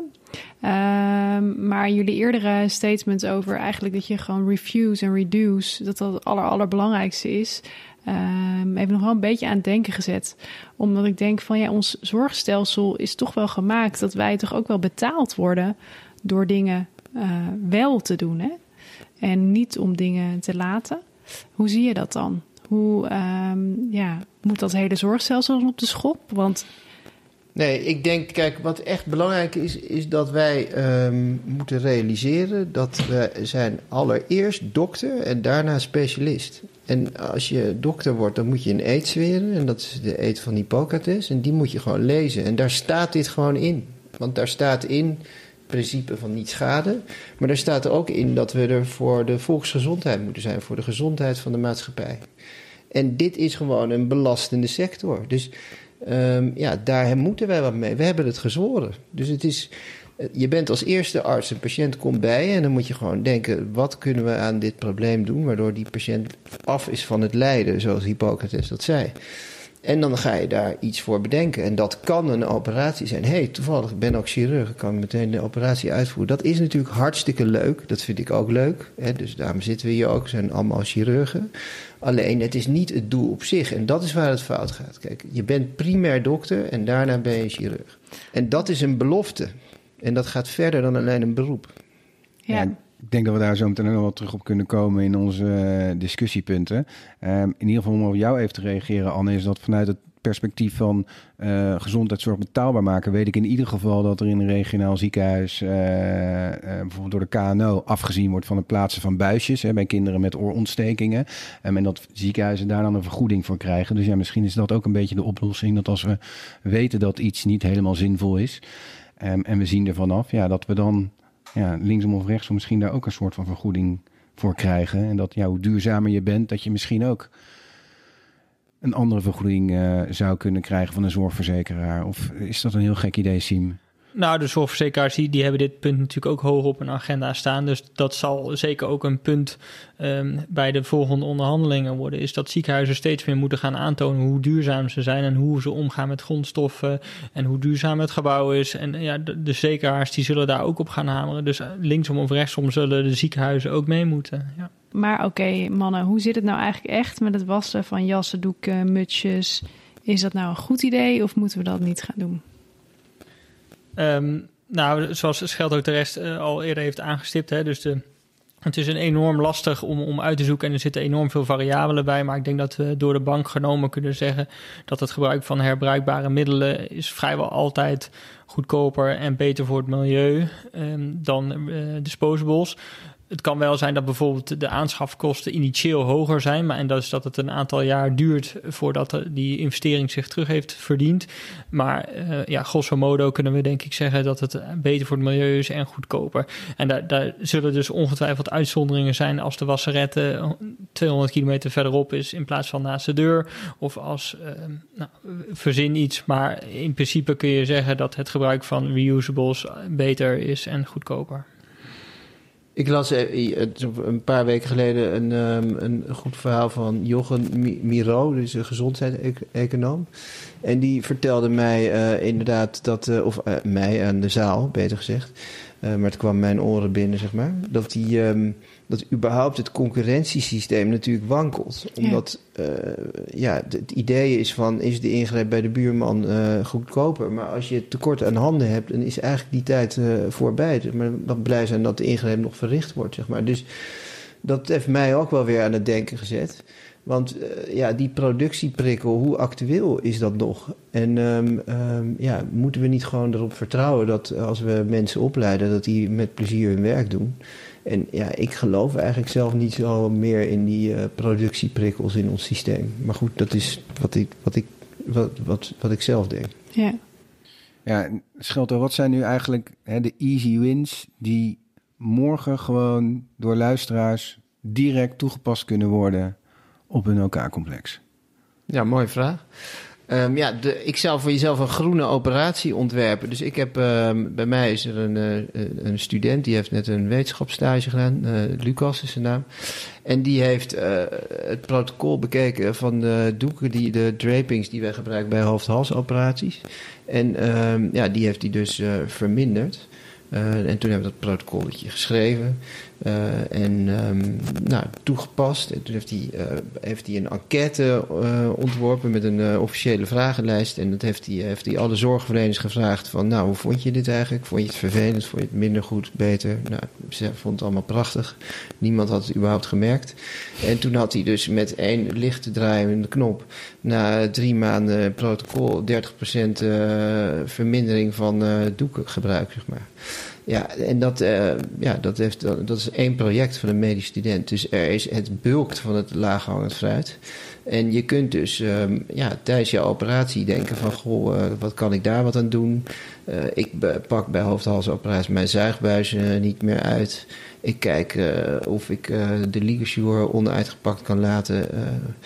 Um, maar jullie eerdere statements over eigenlijk dat je gewoon refuse en reduce, dat dat het aller, allerbelangrijkste is, um, heeft nog wel een beetje aan het denken gezet. Omdat ik denk van ja, ons zorgstelsel is toch wel gemaakt dat wij toch ook wel betaald worden door dingen uh, wel te doen, hè? En niet om dingen te laten. Hoe zie je dat dan? Hoe um, ja, moet dat hele zorgstelsel op de schop? Want nee, ik denk, kijk, wat echt belangrijk is, is dat wij um, moeten realiseren dat we zijn allereerst dokter en daarna specialist. En als je dokter wordt, dan moet je een eed zweren. En dat is de eed van Hippocrates. En die moet je gewoon lezen. En daar staat dit gewoon in. Want daar staat in, principe van niet schaden. Maar daar staat er ook in dat we er voor de volksgezondheid moeten zijn, voor de gezondheid van de maatschappij. En dit is gewoon een belastende sector. Dus um, ja, daar moeten wij wat mee. We hebben het gezworen. Dus het is, je bent als eerste arts, een patiënt komt bij je en dan moet je gewoon denken, wat kunnen we aan dit probleem doen, waardoor die patiënt af is van het lijden, zoals Hippocrates dat zei. En dan ga je daar iets voor bedenken. En dat kan een operatie zijn. Hé, hey, toevallig, ik ben ook chirurg, ik kan meteen de operatie uitvoeren. Dat is natuurlijk hartstikke leuk. Dat vind ik ook leuk. Hè? Dus daarom zitten we hier ook. We zijn allemaal chirurgen. Alleen, het is niet het doel op zich. En dat is waar het fout gaat. Kijk, je bent primair dokter en daarna ben je chirurg. En dat is een belofte. En dat gaat verder dan alleen een beroep. Ja. Ja, ik denk dat we daar zo meteen nog wel terug op kunnen komen in onze uh, discussiepunten. Um, in ieder geval om op jou even te reageren, Anne, is dat vanuit het perspectief van uh, gezondheidszorg betaalbaar maken, weet ik in ieder geval dat er in een regionaal ziekenhuis, uh, uh, bijvoorbeeld door de K N O, afgezien wordt van het plaatsen van buisjes hè, bij kinderen met oorontstekingen. Um, en dat ziekenhuizen daar dan een vergoeding voor krijgen. Dus ja, misschien is dat ook een beetje de oplossing, dat als we weten dat iets niet helemaal zinvol is, um, en we zien ervan af, ja, dat we dan ja, linksom of rechtsom misschien daar ook een soort van vergoeding voor krijgen. En dat ja, hoe duurzamer je bent, dat je misschien ook een andere vergoeding uh, zou kunnen krijgen van een zorgverzekeraar. Of is dat een heel gek idee, Siem? Nou, de zorgverzekeraars die, die hebben dit punt natuurlijk ook hoog op hun agenda staan. Dus dat zal zeker ook een punt um, bij de volgende onderhandelingen worden. Is dat ziekenhuizen steeds meer moeten gaan aantonen hoe duurzaam ze zijn en hoe ze omgaan met grondstoffen en hoe duurzaam het gebouw is. En ja, de, de verzekeraars die zullen daar ook op gaan hameren. Dus linksom of rechtsom zullen de ziekenhuizen ook mee moeten. Ja. Maar oké, okay, mannen, hoe zit het nou eigenlijk echt met het wassen van jassen, doeken, mutsjes? Is dat nou een goed idee of moeten we dat niet gaan doen? Um, nou, zoals Scheld ook de rest uh, al eerder heeft aangestipt, hè, dus de, het is een enorm lastig om, om uit te zoeken en er zitten enorm veel variabelen bij. Maar ik denk dat we door de bank genomen kunnen zeggen dat het gebruik van herbruikbare middelen is vrijwel altijd goedkoper en beter voor het milieu um, dan uh, disposables. Het kan wel zijn dat bijvoorbeeld de aanschafkosten initieel hoger zijn, maar en dat is dat het een aantal jaar duurt voordat die investering zich terug heeft verdiend. Maar uh, ja, grosso modo kunnen we denk ik zeggen dat het beter voor het milieu is en goedkoper. En daar, daar zullen dus ongetwijfeld uitzonderingen zijn als de wasserette tweehonderd kilometer verderop is in plaats van naast de deur. Of als, uh, nou, verzin iets, maar in principe kun je zeggen dat het gebruik van reusables beter is en goedkoper. Ik las een paar weken geleden een, een goed verhaal van Jochen Miro, dus een gezondheidseconoom. En die vertelde mij uh, inderdaad dat, uh, of uh, mij aan de zaal, beter gezegd, uh, maar het kwam mijn oren binnen, zeg maar, dat die, um, dat überhaupt het concurrentiesysteem natuurlijk wankelt. Omdat ja. Uh, ja, het idee is van, is de ingreep bij de buurman uh, goedkoper? Maar als je tekort aan handen hebt, dan is eigenlijk die tijd uh, voorbij. Maar dan blij zijn dat de ingreep nog verricht wordt, zeg maar. Dus dat heeft mij ook wel weer aan het denken gezet. Want uh, ja, die productieprikkel, hoe actueel is dat nog? En um, um, ja, moeten we niet gewoon erop vertrouwen dat als we mensen opleiden, dat die met plezier hun werk doen? En ja, ik geloof eigenlijk zelf niet zo meer in die uh, productieprikkels in ons systeem. Maar goed, dat is wat ik, wat ik, wat, wat, wat ik zelf denk. Ja. Ja, Schelter, wat zijn nu eigenlijk hè, de easy wins die morgen gewoon door luisteraars direct toegepast kunnen worden op een O K-complex? Ja, mooie vraag. Um, ja, de, ik zou voor jezelf een groene operatie ontwerpen. Dus ik heb, um, bij mij is er een, uh, een student, die heeft net een wetenschapsstage gedaan. Uh, Lucas is zijn naam. En die heeft uh, het protocol bekeken van de doeken, die, de drapings die wij gebruiken bij hoofd-halsoperaties. En um, ja, die heeft hij dus uh, verminderd. Uh, en toen hebben we dat protocolletje geschreven uh, en um, nou, toegepast. En toen heeft hij, uh, heeft hij een enquête uh, ontworpen met een uh, officiële vragenlijst. En dat heeft hij, heeft hij alle zorgverleners gevraagd van, nou, hoe vond je dit eigenlijk? Vond je het vervelend? Vond je het minder goed? Beter? Nou, ze vonden het allemaal prachtig. Niemand had het überhaupt gemerkt. En toen had hij dus met één licht te draaien in de knop, na drie maanden protocol, dertig procent uh, vermindering van uh, doekengebruik, zeg maar. Ja, en dat, uh, ja, dat, heeft, dat is één project van een medisch student. Dus er is het bulkt van het laaghangend fruit. En je kunt dus um, ja, tijdens je operatie denken van, goh, uh, wat kan ik daar wat aan doen? Uh, ik be- pak bij hoofd-halsoperatie mijn zuigbuis uh, niet meer uit. Ik kijk uh, of ik uh, de ligasuur onuitgepakt kan laten. Uh,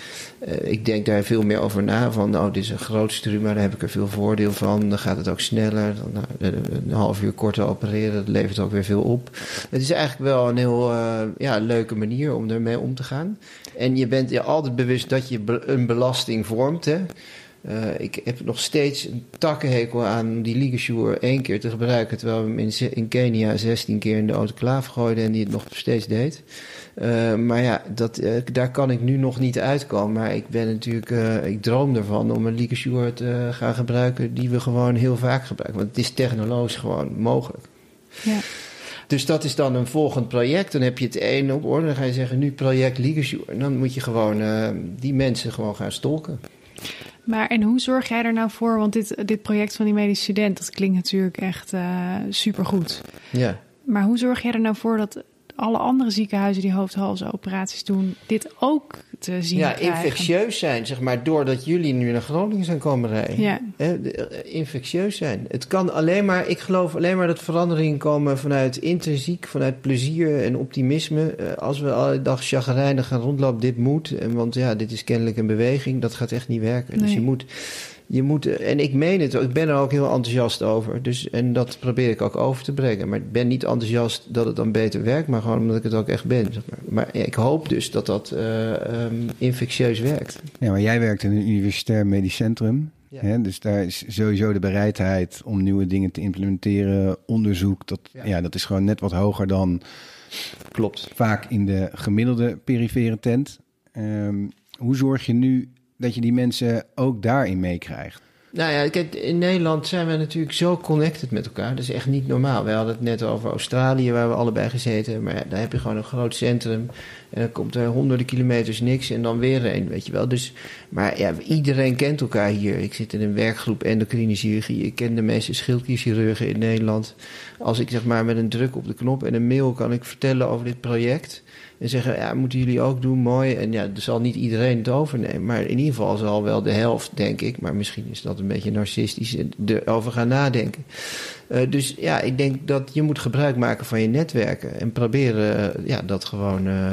uh, ik denk daar veel meer over na. Van, oh, dit is een groot struma, daar heb ik er veel voordeel van. Dan gaat het ook sneller. Dan, nou, een half uur korter opereren, dat levert ook weer veel op. Het is eigenlijk wel een heel uh, ja, leuke manier om ermee om te gaan. En je bent je altijd bewust dat je be- een belasting vormt, hè. Uh, ik heb nog steeds een takkenhekel aan die ligasuur één keer te gebruiken, terwijl we hem in, in Kenia zestien keer in de autoclaaf gooiden en die het nog steeds deed. Uh, maar ja, dat, uh, daar kan ik nu nog niet uitkomen. Maar ik ben natuurlijk, uh, ik droom ervan om een ligasuur te gaan gebruiken die we gewoon heel vaak gebruiken. Want het is technologisch gewoon mogelijk. Ja. Dus dat is dan een volgend project. Dan heb je het een op orde. Dan ga je zeggen, nu project ligasuur. En dan moet je gewoon uh, die mensen gewoon gaan stalken. Maar en hoe zorg jij er nou voor? Want dit, dit project van die medische student, dat klinkt natuurlijk echt uh, supergoed. Ja. Maar hoe zorg jij er nou voor dat alle andere ziekenhuizen die hoofd-halsoperaties doen, dit ook te zien ja, krijgen? Ja, infectieus zijn, zeg maar, doordat jullie nu naar Groningen zijn komen rijden. Ja. He, infectieus zijn. Het kan alleen maar, ik geloof alleen maar dat veranderingen komen vanuit intrinsiek, vanuit plezier en optimisme. Als we alle dag chagrijnig gaan rondlopen, dit moet, want ja, dit is kennelijk een beweging, dat gaat echt niet werken. Nee. Dus je moet... Je moet, en ik meen het, ik ben er ook heel enthousiast over. Dus, en dat probeer ik ook over te brengen. Maar ik ben niet enthousiast dat het dan beter werkt, maar gewoon omdat ik het ook echt ben. Zeg maar. Maar ja, ik hoop dus dat dat uh, um, infectieus werkt. Ja, maar jij werkt in een universitair medisch centrum. Ja. Hè? Dus daar is sowieso de bereidheid om nieuwe dingen te implementeren. Onderzoek, dat, ja. Ja, dat is gewoon net wat hoger dan Klopt. Vaak in de gemiddelde perifere tent. Um, hoe zorg je nu dat je die mensen ook daarin meekrijgt? Nou ja, kijk, in Nederland zijn we natuurlijk zo connected met elkaar. Dat is echt niet normaal. We hadden het net over Australië, waar we allebei gezeten hebben. Maar ja, daar heb je gewoon een groot centrum. En dan komt er honderden kilometers niks en dan weer een, weet je wel. Dus, maar ja, iedereen kent elkaar hier. Ik zit in een werkgroep endocrine chirurgie. Ik ken de meeste schildklierchirurgen in Nederland. Als ik zeg maar met een druk op de knop en een mail kan ik vertellen over dit project... En zeggen, ja, moeten jullie ook doen, mooi. En ja, er zal niet iedereen het overnemen. Maar in ieder geval zal wel de helft, denk ik... maar misschien is dat een beetje narcistisch... erover gaan nadenken. Uh, dus ja, ik denk dat je moet gebruik maken van je netwerken... en proberen uh, ja, dat gewoon uh,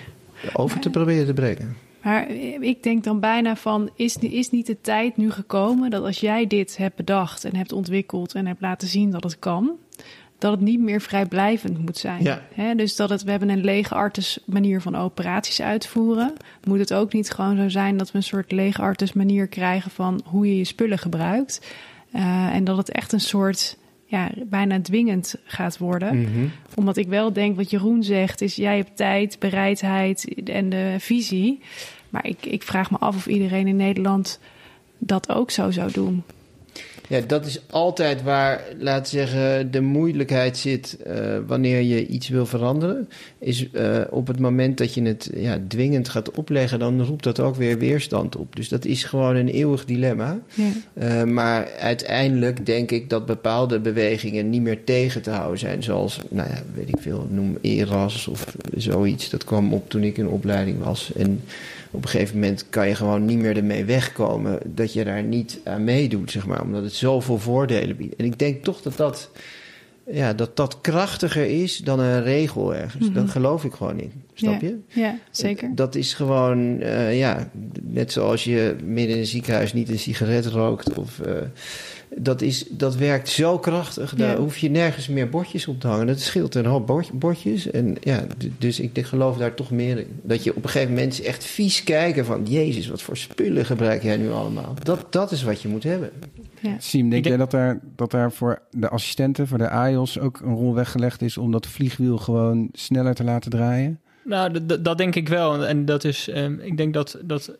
over te proberen te brengen. Maar ik denk dan bijna van, is, is niet de tijd nu gekomen... dat als jij dit hebt bedacht en hebt ontwikkeld... en hebt laten zien dat het kan... dat het niet meer vrijblijvend moet zijn. Ja. He, dus dat het, we hebben een legeartes manier van operaties uitvoeren. Moet het ook niet gewoon zo zijn dat we een soort legeartes manier krijgen van hoe je je spullen gebruikt. Uh, en dat het echt een soort, ja, bijna dwingend gaat worden. Mm-hmm. Omdat ik wel denk, wat Jeroen zegt, is jij hebt tijd, bereidheid en de visie. Maar ik, ik vraag me af of iedereen in Nederland dat ook zo zou doen. Ja, dat is altijd waar, laten we zeggen, de moeilijkheid zit uh, wanneer je iets wil veranderen. Is uh, op het moment dat je het ja, dwingend gaat opleggen, dan roept dat ook weer weerstand op. Dus dat is gewoon een eeuwig dilemma. Ja. Uh, maar uiteindelijk denk ik dat bepaalde bewegingen niet meer tegen te houden zijn. Zoals, nou ja, weet ik veel, noem ERAS of zoiets. Dat kwam op toen ik in opleiding was. En op een gegeven moment kan je gewoon niet meer ermee wegkomen dat je daar niet aan meedoet, zeg maar, omdat het zoveel voordelen biedt. En ik denk toch dat dat, ja, dat, dat krachtiger is dan een regel ergens. Mm-hmm. Dat geloof ik gewoon in. Snap je? Ja, ja, zeker. Dat is gewoon, uh, ja, net zoals je midden in een ziekenhuis niet een sigaret rookt of... Uh, Dat, is, dat werkt zo krachtig. Daar ja. hoef je nergens meer bordjes op te hangen. Dat scheelt een hoop bordjes. En ja, dus ik geloof daar toch meer in. Dat je op een gegeven moment echt vies kijken van... Jezus, wat voor spullen gebruik jij nu allemaal? Dat, dat is wat je moet hebben. Ja. Siem, denk jij dat daar, dat daar voor de assistenten, voor de A I O S... ook een rol weggelegd is om dat vliegwiel gewoon sneller te laten draaien? Nou, d- d- dat denk ik wel. En dat is, um, ik denk dat... dat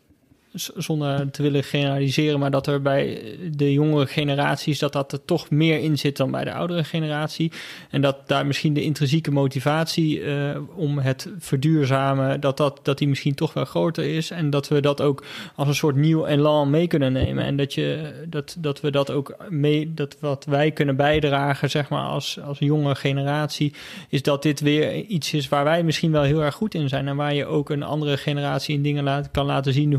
zonder te willen generaliseren, maar dat er bij de jongere generaties dat dat er toch meer in zit dan bij de oudere generatie. En dat daar misschien de intrinsieke motivatie uh, om het verduurzamen, dat, dat, dat die misschien toch wel groter is. En dat we dat ook als een soort nieuw elan mee kunnen nemen. En dat, je, dat, dat we dat ook mee, dat wat wij kunnen bijdragen, zeg maar, als, als jonge generatie, is dat dit weer iets is waar wij misschien wel heel erg goed in zijn. En waar je ook een andere generatie in dingen laat, kan laten zien hoe, hoe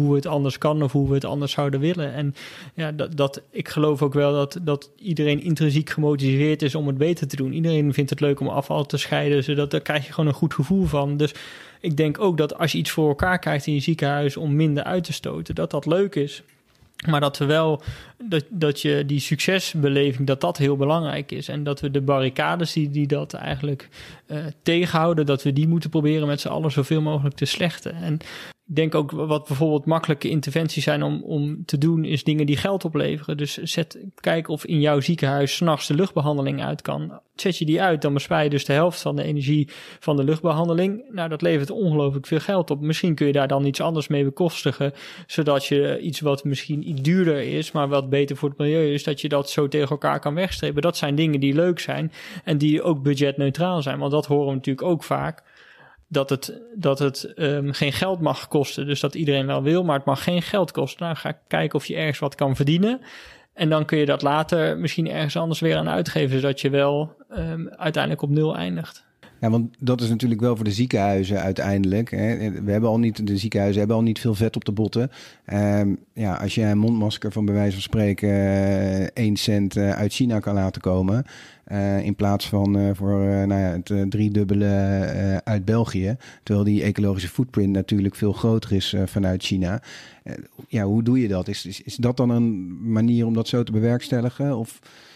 hoe het anders kan of hoe we het anders zouden willen. En ja, dat, dat, ik geloof ook wel dat, dat iedereen intrinsiek gemotiveerd is om het beter te doen. Iedereen vindt het leuk om afval te scheiden, zodat daar krijg je gewoon een goed gevoel van. Dus ik denk ook dat als je iets voor elkaar krijgt in je ziekenhuis om minder uit te stoten, dat dat leuk is. Maar dat we wel, dat, dat je die succesbeleving, dat dat heel belangrijk is. En dat we de barricades die, die dat eigenlijk uh, tegenhouden, dat we die moeten proberen met z'n allen zoveel mogelijk te slechten. En ik denk ook wat bijvoorbeeld makkelijke interventies zijn om, om te doen, is dingen die geld opleveren. Dus zet, kijk of in jouw ziekenhuis 's nachts de luchtbehandeling uit kan. Zet je die uit, dan bespaar je dus de helft van de energie van de luchtbehandeling. Nou, dat levert ongelooflijk veel geld op. Misschien kun je daar dan iets anders mee bekostigen, zodat je iets wat misschien iets duurder is, maar wat beter voor het milieu is, dat je dat zo tegen elkaar kan wegstrepen. Dat zijn dingen die leuk zijn en die ook budgetneutraal zijn. Want dat horen we natuurlijk ook vaak. Dat het, dat het um, geen geld mag kosten. Dus dat iedereen wel wil, maar het mag geen geld kosten. Nou, ga kijken of je ergens wat kan verdienen. En dan kun je dat later misschien ergens anders weer aan uitgeven, zodat je wel um, uiteindelijk op nul eindigt. Ja, want dat is natuurlijk wel voor de ziekenhuizen uiteindelijk. Hè. We hebben al niet, de ziekenhuizen hebben al niet veel vet op de botten. Um, ja, als je een mondmasker van bij wijze van spreken uh, één cent uh, uit China kan laten komen, Uh, in plaats van uh, voor uh, nou ja, het uh, driedubbele uh, uit België. Terwijl die ecologische footprint natuurlijk veel groter is uh, vanuit China. Uh, ja, hoe doe je dat? Is, is, is dat dan een manier om dat zo te bewerkstelligen? Of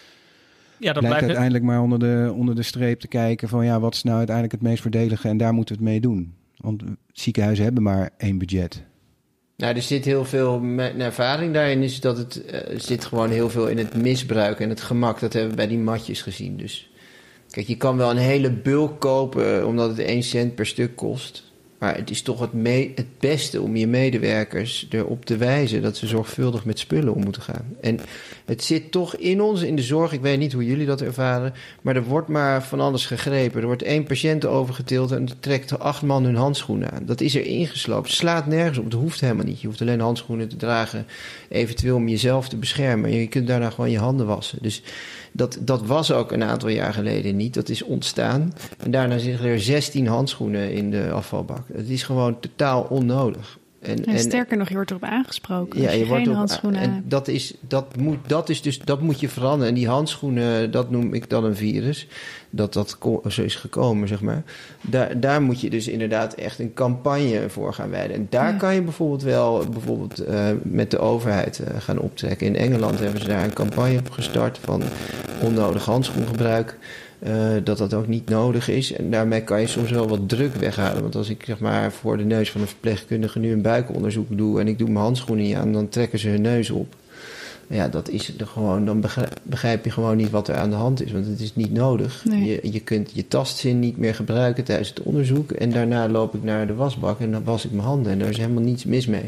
ja, dat blijft blijft uiteindelijk maar onder de, onder de streep te kijken van ja, wat is nou uiteindelijk het meest voordelige en daar moeten we het mee doen? Want ziekenhuizen hebben maar één budget. Nou, er zit heel veel me- ervaring daarin, is dat het uh, zit gewoon heel veel in het misbruik en het gemak. Dat hebben we bij die matjes gezien. Dus kijk, je kan wel een hele bulk kopen omdat het één cent per stuk kost. Maar het is toch het, me- het beste om je medewerkers erop te wijzen dat ze zorgvuldig met spullen om moeten gaan. En het zit toch in ons, in de zorg. Ik weet niet hoe jullie dat ervaren, maar er wordt maar van alles gegrepen. Er wordt één patiënt overgetild en er trekt acht man hun handschoenen aan. Dat is er ingesloopt. Slaat nergens op. Dat hoeft helemaal niet. Je hoeft alleen handschoenen te dragen, eventueel om jezelf te beschermen. Je kunt daarna gewoon je handen wassen. Dus dat, dat was ook een aantal jaar geleden niet. Dat is ontstaan. En daarna zitten er zestien handschoenen in de afvalbak. Het is gewoon totaal onnodig. En, en, en sterker nog, je wordt erop aangesproken. Ja, als je, je wordt geen op, handschoenen en hebt. dat is, dat moet, dat is dus, dat moet je veranderen. En die handschoenen, dat noem ik dan een virus. Dat dat ko- zo is gekomen, zeg maar. Daar, daar moet je dus inderdaad echt een campagne voor gaan wijden. En daar Ja. kan je bijvoorbeeld wel bijvoorbeeld, uh, met de overheid uh, gaan optrekken. In Engeland hebben ze daar een campagne op gestart van onnodig handschoengebruik. Uh, dat dat ook niet nodig is. En daarmee kan je soms wel wat druk weghalen. Want als ik zeg maar voor de neus van een verpleegkundige nu een buikonderzoek doe en ik doe mijn handschoenen niet aan, dan trekken ze hun neus op. Ja, dat is er gewoon. Dan begrijp, begrijp je gewoon niet wat er aan de hand is. Want het is niet nodig. Nee. Je, je kunt je tastzin niet meer gebruiken tijdens het onderzoek. En daarna loop ik naar de wasbak en dan was ik mijn handen. En daar is helemaal niets mis mee.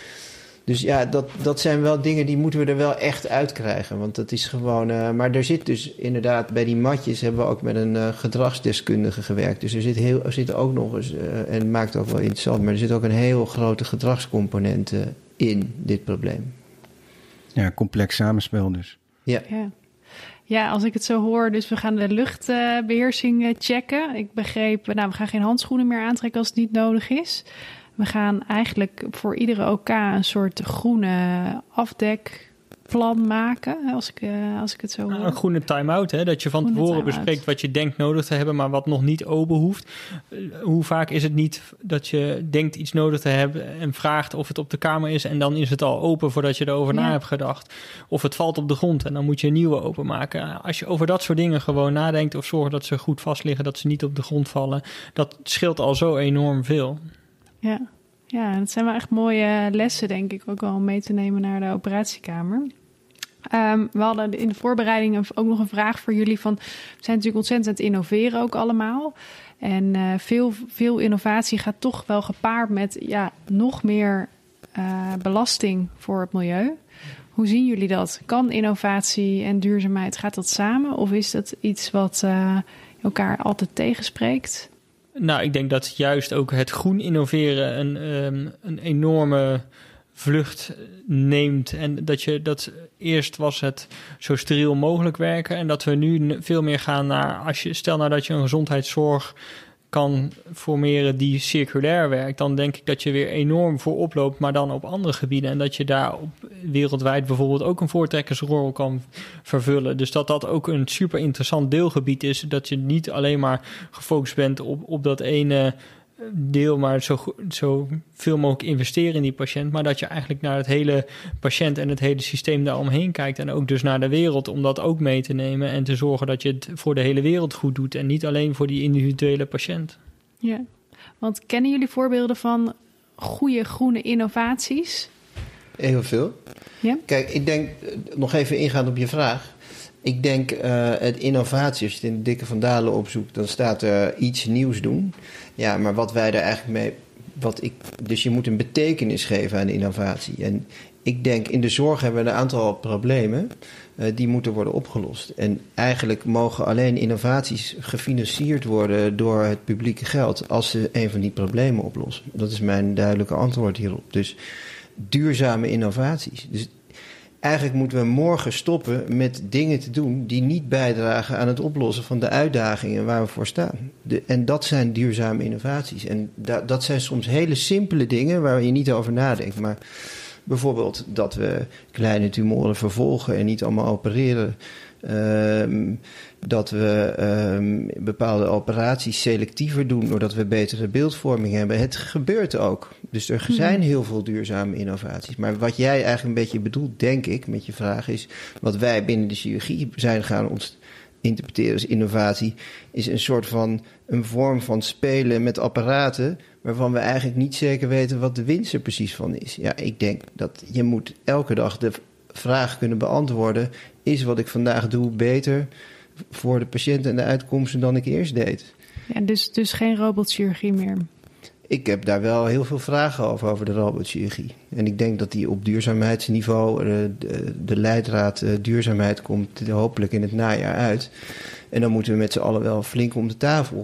Dus ja, dat, dat zijn wel dingen die moeten we er wel echt uitkrijgen. Want dat is gewoon... Uh, maar er zit dus inderdaad... Bij die matjes hebben we ook met een uh, gedragsdeskundige gewerkt. Dus er zit, heel, er zit ook nog eens... Uh, en het maakt het ook wel interessant... maar er zit ook een heel grote gedragscomponent uh, in dit probleem. Ja, complex samenspel dus. Ja. Ja. Ja, als ik het zo hoor, dus we gaan de luchtbeheersing uh, checken. Ik begreep, nou, we gaan geen handschoenen meer aantrekken als het niet nodig is. We gaan eigenlijk voor iedere OK een soort groene afdekplan maken, als ik, uh, als ik het zo hoor. Nou, een groene time-out, hè? Dat je van Groene tevoren time-out. bespreekt wat je denkt nodig te hebben, maar wat nog niet open hoeft. Uh, hoe vaak is het niet dat je denkt iets nodig te hebben en vraagt of het op de kamer is en dan is het al open voordat je erover Ja. na hebt gedacht. Of het valt op de grond en dan moet je een nieuwe openmaken. Als je over dat soort dingen gewoon nadenkt of zorgt dat ze goed vast liggen, dat ze niet op de grond vallen, dat scheelt al zo enorm veel. Ja. Ja, dat zijn wel echt mooie lessen, denk ik, ook wel om mee te nemen naar de operatiekamer. Um, we hadden in de voorbereiding ook nog een vraag voor jullie van... we zijn natuurlijk ontzettend aan het innoveren ook allemaal. En uh, veel, veel innovatie gaat toch wel gepaard met ja, nog meer uh, belasting voor het milieu. Hoe zien jullie dat? Kan innovatie en duurzaamheid, gaat dat samen? Of is dat iets wat uh, elkaar altijd tegenspreekt? Nou, ik denk dat juist ook het groen innoveren een, um, een enorme vlucht neemt. En dat je dat eerst was het zo steriel mogelijk werken. En dat we nu veel meer gaan naar, als je stel nou dat je een gezondheidszorg kan formeren die circulair werkt, dan denk ik dat je weer enorm voorop loopt, maar dan op andere gebieden. En dat je daar op wereldwijd bijvoorbeeld ook een voortrekkersrol kan vervullen. Dus dat dat ook een super interessant deelgebied is. Dat je niet alleen maar gefocust bent op, op dat ene deel, maar zo, zo veel mogelijk investeren in die patiënt, maar dat je eigenlijk naar het hele patiënt en het hele systeem daaromheen kijkt en ook dus naar de wereld om dat ook mee te nemen en te zorgen dat je het voor de hele wereld goed doet en niet alleen voor die individuele patiënt. Ja, want kennen jullie voorbeelden van goede groene innovaties? Heel veel. Ja? Kijk, ik denk, nog even ingaan op je vraag. Ik denk, uh, het innovatie, als je het in de Dikke van Dalen opzoekt, dan staat er iets nieuws doen. Ja, maar wat wij daar eigenlijk mee... Wat ik, dus je moet een betekenis geven aan de innovatie. En ik denk, in de zorg hebben we een aantal problemen. Uh, die moeten worden opgelost. En eigenlijk mogen alleen innovaties gefinancierd worden door het publieke geld als ze een van die problemen oplossen. Dat is mijn duidelijke antwoord hierop. Dus duurzame innovaties. Dus eigenlijk moeten we morgen stoppen met dingen te doen die niet bijdragen aan het oplossen van de uitdagingen waar we voor staan. De, en dat zijn duurzame innovaties. En da, dat zijn soms hele simpele dingen waar je niet over nadenkt. Maar bijvoorbeeld dat we kleine tumoren vervolgen en niet allemaal opereren. Um, dat we um, bepaalde operaties selectiever doen doordat we betere beeldvorming hebben. Het gebeurt ook. Dus er zijn heel veel duurzame innovaties. Maar wat jij eigenlijk een beetje bedoelt, denk ik, met je vraag is, wat wij binnen de chirurgie zijn gaan ons interpreteren als innovatie, is een soort van een vorm van spelen met apparaten waarvan we eigenlijk niet zeker weten wat de winst er precies van is. Ja, ik denk dat je moet elke dag de vraag kunnen beantwoorden, is wat ik vandaag doe beter voor de patiënt en de uitkomsten dan ik eerst deed? Ja, dus, dus geen robotchirurgie meer? Ik heb daar wel heel veel vragen over, over de robotchirurgie. En ik denk dat die op duurzaamheidsniveau, de, de, de leidraad duurzaamheid komt hopelijk in het najaar uit. En dan moeten we met z'n allen wel flink om de tafel.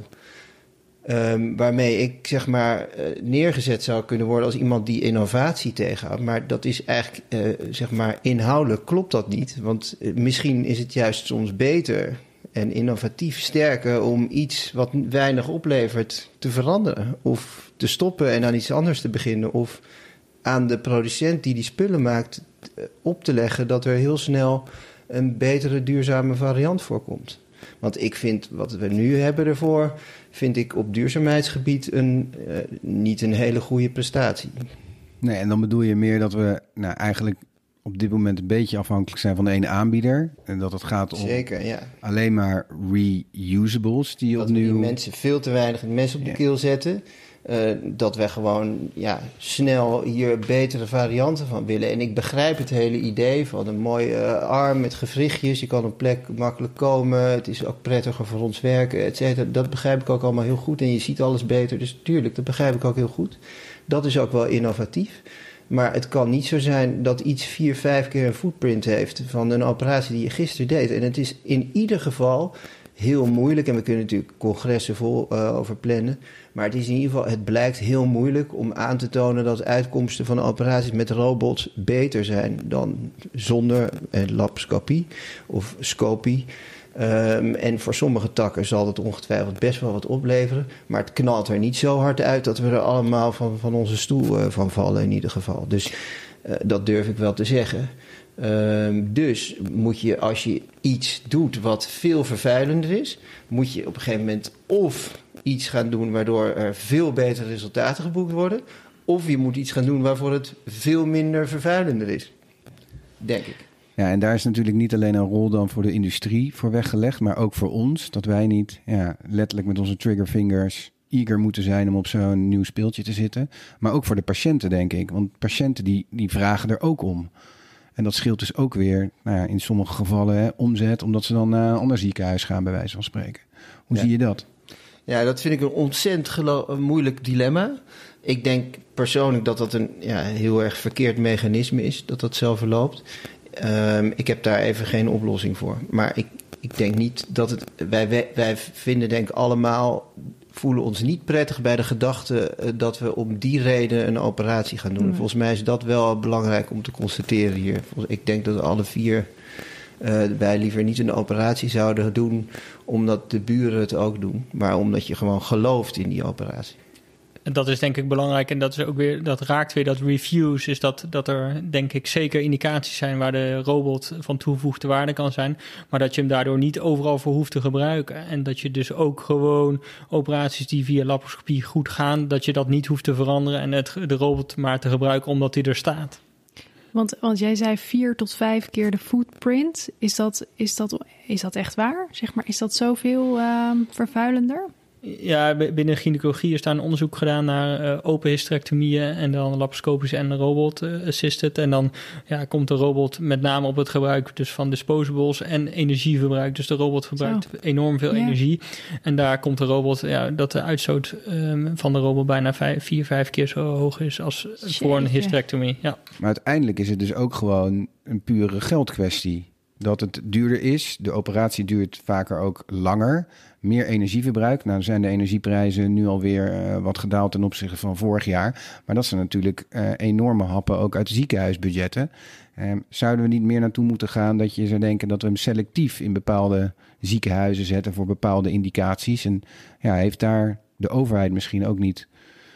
Um, waarmee ik zeg maar uh, neergezet zou kunnen worden als iemand die innovatie tegenhoudt. Maar dat is eigenlijk, uh, zeg maar, inhoudelijk klopt dat niet. Want uh, misschien is het juist soms beter en innovatief sterker om iets wat weinig oplevert te veranderen. Of te stoppen en aan iets anders te beginnen. Of aan de producent die die spullen maakt uh, op te leggen dat er heel snel een betere duurzame variant voorkomt. Want ik vind wat we nu hebben ervoor, vind ik op duurzaamheidsgebied een, uh, niet een hele goede prestatie. Nee, en dan bedoel je meer dat we nou, eigenlijk op dit moment een beetje afhankelijk zijn van de ene aanbieder. En dat het gaat om Zeker, ja. alleen maar reusables die dat opnieuw... Dat die mensen veel te weinig het mes op de ja. keel zetten. Uh, dat we gewoon ja, snel hier betere varianten van willen. En ik begrijp het hele idee van een mooie uh, arm met gewrichtjes. Je kan op een plek makkelijk komen. Het is ook prettiger voor ons werken, et cetera. Dat begrijp ik ook allemaal heel goed. En je ziet alles beter. Dus tuurlijk, dat begrijp ik ook heel goed. Dat is ook wel innovatief. Maar het kan niet zo zijn dat iets vier, vijf keer een footprint heeft van een operatie die je gisteren deed. En het is in ieder geval heel moeilijk. En we kunnen natuurlijk congressen vol uh, over plannen. Maar het is in ieder geval, het blijkt heel moeilijk om aan te tonen dat uitkomsten van operaties met robots beter zijn dan zonder uh, laparoscopie of scopie. Um, en voor sommige takken zal dat ongetwijfeld best wel wat opleveren. Maar het knalt er niet zo hard uit dat we er allemaal van, van onze stoel uh, van vallen in ieder geval. Dus uh, dat durf ik wel te zeggen. Um, dus moet je, als je iets doet wat veel vervuilender is, moet je op een gegeven moment of iets gaan doen waardoor er veel betere resultaten geboekt worden, of je moet iets gaan doen waarvoor het veel minder vervuilender is. Denk ik. Ja, en daar is natuurlijk niet alleen een rol dan voor de industrie voor weggelegd, maar ook voor ons. Dat wij niet ja, letterlijk met onze triggerfingers eager moeten zijn om op zo'n nieuw speeltje te zitten. Maar ook voor de patiënten, denk ik. Want patiënten die, die vragen er ook om. En dat scheelt dus ook weer nou ja, in sommige gevallen hè, omzet, omdat ze dan naar een ander ziekenhuis gaan, bij wijze van spreken. Hoe ja. zie je dat? Ja, dat vind ik een ontzettend gelo- een moeilijk dilemma. Ik denk persoonlijk dat dat een ja, heel erg verkeerd mechanisme is, dat dat zo verloopt. Um, ik heb daar even geen oplossing voor. Maar ik, ik denk niet dat het... Wij, wij, wij vinden denk ik allemaal... voelen ons niet prettig bij de gedachte uh, dat we om die reden een operatie gaan doen. Mm. Volgens mij is dat wel belangrijk om te constateren hier. Ik denk dat alle vier uh, wij liever niet een operatie zouden doen omdat de buren het ook doen, maar omdat je gewoon gelooft in die operatie. En dat is denk ik belangrijk en dat is ook weer, dat raakt weer dat reviews, is dat, dat er denk ik zeker indicaties zijn waar de robot van toegevoegde waarde kan zijn, maar dat je hem daardoor niet overal voor hoeft te gebruiken. En dat je dus ook gewoon operaties die via laparoscopie goed gaan, dat je dat niet hoeft te veranderen en het, de robot maar te gebruiken omdat hij er staat. Want, want jij zei vier tot vijf keer de footprint. Is dat, is dat, is dat echt waar? Zeg maar, is dat zoveel uh, vervuilender? Ja, binnen gynaecologie is daar een onderzoek gedaan naar uh, open hysterectomieën en dan laparoscopisch en robot-assisted. Uh, en dan ja, komt de robot met name op het gebruik dus van disposables en energieverbruik. Dus de robot verbruikt Zo. enorm veel ja. energie. En daar komt de robot, ja, dat de uitstoot um, van de robot bijna vijf, vier, vijf keer zo hoog is als Jeetje. voor een hysterectomie. Ja. Maar uiteindelijk is het dus ook gewoon een pure geldkwestie. Dat het duurder is. De operatie duurt vaker ook langer. Meer energieverbruik. Nou zijn de energieprijzen nu alweer uh, wat gedaald ten opzichte van vorig jaar. Maar dat zijn natuurlijk uh, enorme happen ook uit de ziekenhuisbudgetten. Uh, zouden we niet meer naartoe moeten gaan dat je zou denken dat we hem selectief in bepaalde ziekenhuizen zetten voor bepaalde indicaties? En ja, heeft daar de overheid misschien ook niet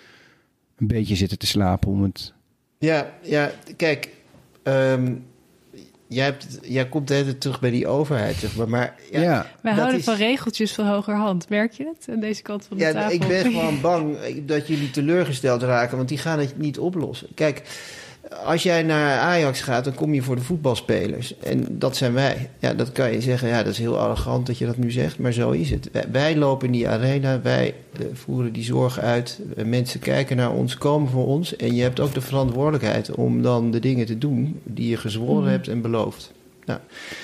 een beetje zitten te slapen om het... Ja, ja kijk... Um... Jij, hebt, jij komt de hele tijd terug bij die overheid, zeg maar. maar ja, ja. Wij houden is... van regeltjes van hogerhand. Merk je het aan deze kant van de ja, tafel? Ik ben gewoon bang dat jullie teleurgesteld raken, want die gaan het niet oplossen. Kijk, als jij naar Ajax gaat, dan kom je voor de voetbalspelers. En dat zijn wij. Ja, dat kan je zeggen, ja, dat is heel arrogant dat je dat nu zegt, maar zo is het. Wij, wij lopen in die arena, wij uh, voeren die zorg uit. Uh, mensen kijken naar ons, komen voor ons. En je hebt ook de verantwoordelijkheid om dan de dingen te doen die je gezworen mm. hebt en beloofd. Nou,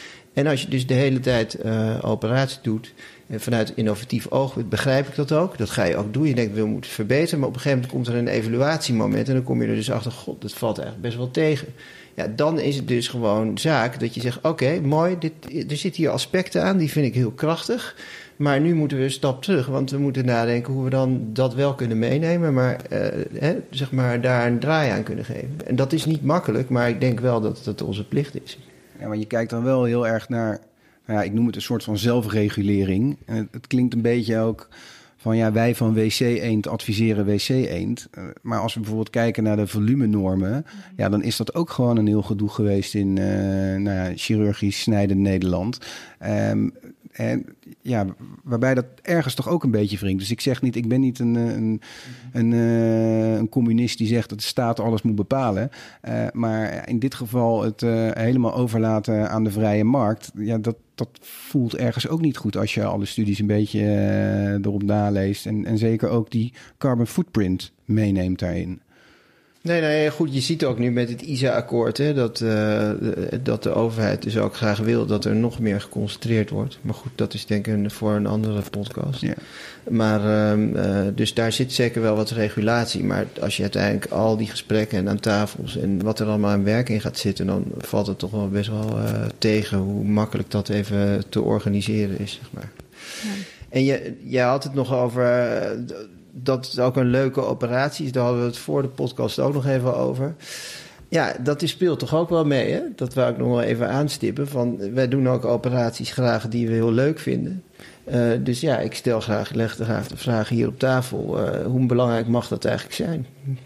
en als je dus de hele tijd uh, operatie doet, en vanuit innovatief oogpunt begrijp ik dat ook. Dat ga je ook doen. Je denkt, we moeten verbeteren. Maar op een gegeven moment komt er een evaluatiemoment en dan kom je er dus achter, god, dat valt eigenlijk best wel tegen. Ja, dan is het dus gewoon zaak dat je zegt, oké, okay, mooi, dit, er zitten hier aspecten aan, die vind ik heel krachtig. Maar nu moeten we een stap terug, want we moeten nadenken hoe we dan dat wel kunnen meenemen, maar, uh, hè, zeg maar daar een draai aan kunnen geven. En dat is niet makkelijk, maar ik denk wel dat dat onze plicht is. Ja, maar je kijkt dan wel heel erg naar, nou ja, ik noem het een soort van zelfregulering. En het, het klinkt een beetje ook van, ja, wij van W C Eend adviseren W C Eend. Uh, maar als we bijvoorbeeld kijken naar de volumenormen, mm-hmm. ja, dan is dat ook gewoon een heel gedoe geweest in uh, nou ja, chirurgisch snijden Nederland. Um, En ja, waarbij dat ergens toch ook een beetje wringt. Dus ik zeg niet, ik ben niet een, een, een, een communist die zegt dat de staat alles moet bepalen. Uh, maar in dit geval het uh, helemaal overlaten aan de vrije markt, ja, dat, dat voelt ergens ook niet goed als je alle studies een beetje uh, erop naleest. En, en zeker ook die carbon footprint meeneemt daarin. Nee, nee, goed. Je ziet ook nu met het I S A-akkoord hè, dat, uh, dat de overheid dus ook graag wil dat er nog meer geconcentreerd wordt. Maar goed, dat is denk ik een, voor een andere podcast. Ja. Maar uh, uh, dus daar zit zeker wel wat regulatie. Maar als je uiteindelijk al die gesprekken en aan tafels en wat er allemaal aan werk in gaat zitten, dan valt het toch wel best wel uh, tegen hoe makkelijk dat even te organiseren is, zeg maar. Ja. En je, jij had het nog over Uh, dat het ook een leuke operatie is. Daar hadden we het voor de podcast ook nog even over. Ja, dat is, speelt toch ook wel mee, hè? Dat wou ik nog wel even aanstippen. Van, wij doen ook operaties graag die we heel leuk vinden. Uh, dus ja, ik stel graag, leg graag de vraag hier op tafel. Uh, hoe belangrijk mag dat eigenlijk zijn?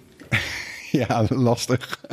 Ja, lastig.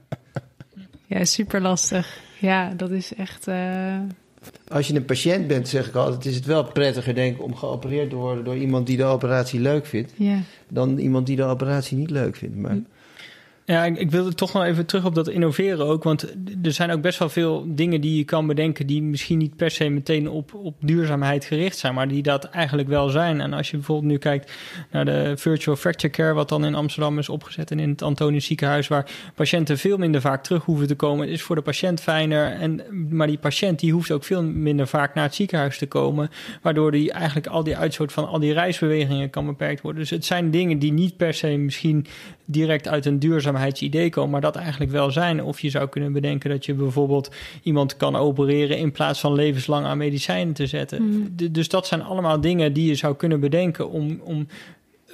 Ja, super lastig. Ja, dat is echt... Uh... Als je een patiënt bent, zeg ik altijd, is het wel prettiger, denk ik, om geopereerd te worden door iemand die de operatie leuk vindt, ja. dan iemand die de operatie niet leuk vindt. Maar... Ja, ik, ik wilde toch nog even terug op dat innoveren ook. Want er zijn ook best wel veel dingen die je kan bedenken die misschien niet per se meteen op, op duurzaamheid gericht zijn, maar die dat eigenlijk wel zijn. En als je bijvoorbeeld nu kijkt naar de virtual fracture care, wat dan in Amsterdam is opgezet en in het Antonius ziekenhuis, waar patiënten veel minder vaak terug hoeven te komen, is voor de patiënt fijner. En, maar die patiënt die hoeft ook veel minder vaak naar het ziekenhuis te komen, waardoor die eigenlijk al die uitstoot van al die reisbewegingen kan beperkt worden. Dus het zijn dingen die niet per se misschien direct uit een duurzaamheidsidee komen, maar dat eigenlijk wel zijn. Of je zou kunnen bedenken dat je bijvoorbeeld iemand kan opereren in plaats van levenslang aan medicijnen te zetten. Mm. De, dus dat zijn allemaal dingen die je zou kunnen bedenken om, om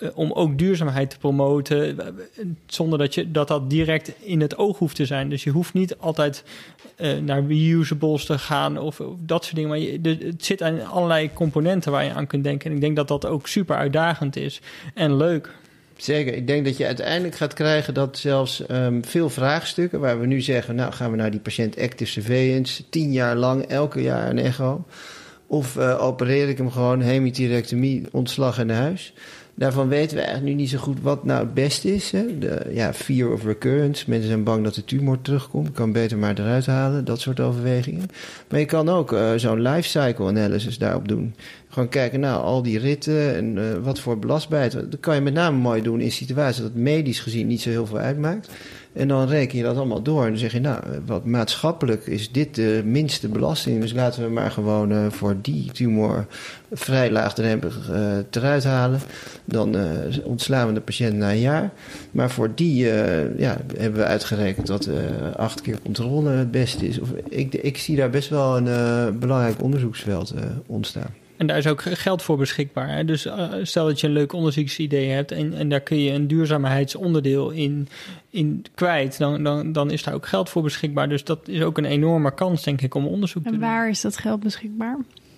uh, om ook duurzaamheid te promoten, uh, zonder dat je dat dat direct in het oog hoeft te zijn. Dus je hoeft niet altijd uh, naar reusables te gaan of, of dat soort dingen. Maar je, de, het zit aan allerlei componenten waar je aan kunt denken. En ik denk dat dat ook super uitdagend is en leuk. Zeker. Ik denk dat je uiteindelijk gaat krijgen dat zelfs um, veel vraagstukken waar we nu zeggen, nou gaan we naar die patiënt active surveillance, tien jaar lang, elke jaar een echo. Of uh, opereer ik hem gewoon, hemitirectomie, ontslag en naar huis. Daarvan weten we eigenlijk nu niet zo goed wat nou het beste is. Hè? De, ja, fear of recurrence. Mensen zijn bang dat de tumor terugkomt. Ik kan beter maar eruit halen. Dat soort overwegingen. Maar je kan ook uh, zo'n life cycle analysis daarop doen. Gewoon kijken, nou, al die ritten en uh, wat voor belastbaarheid. Dat kan je met name mooi doen in situaties dat medisch gezien niet zo heel veel uitmaakt. En dan reken je dat allemaal door. En dan zeg je, nou, wat maatschappelijk is dit de minste belasting. Dus laten we maar gewoon uh, voor die tumor vrij laagdrempelig uh, eruit halen. Dan uh, ontslaan we de patiënt na een jaar. Maar voor die uh, ja, hebben we uitgerekend dat uh, acht keer controle het beste is. Of, ik, ik zie daar best wel een uh, belangrijk onderzoeksveld uh, ontstaan. En daar is ook geld voor beschikbaar. Hè? Dus uh, stel dat je een leuk onderzoeksidee hebt en, en daar kun je een duurzaamheidsonderdeel in, in kwijt, dan, dan, dan is daar ook geld voor beschikbaar. Dus dat is ook een enorme kans, denk ik, om onderzoek en te doen. En waar is dat geld beschikbaar?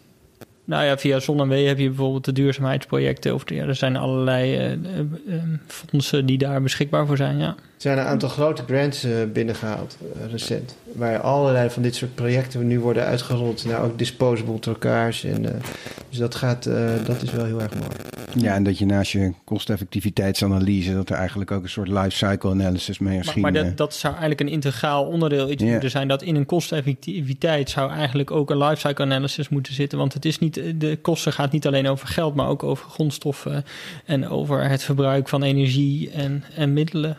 Nou ja, via ZonMW heb je bijvoorbeeld de duurzaamheidsprojecten. Of ja, er zijn allerlei uh, uh, fondsen die daar beschikbaar voor zijn, ja. Er zijn een aantal grote grants uh, binnengehaald, uh, recent. Waar allerlei van dit soort projecten nu worden uitgerold. Nou, ook disposable trocars. En, uh, dus dat, gaat, uh, dat is wel heel erg mooi. Ja, en dat je naast je kosteneffectiviteitsanalyse, dat er eigenlijk ook een soort life cycle analysis mee Maar, maar dat, dat zou eigenlijk een integraal onderdeel iets yeah. moeten zijn. Dat in een kosteneffectiviteit zou eigenlijk ook een life cycle analysis moeten zitten. Want het is niet, de kosten gaat niet alleen over geld, maar ook over grondstoffen en over het verbruik van energie en, en middelen.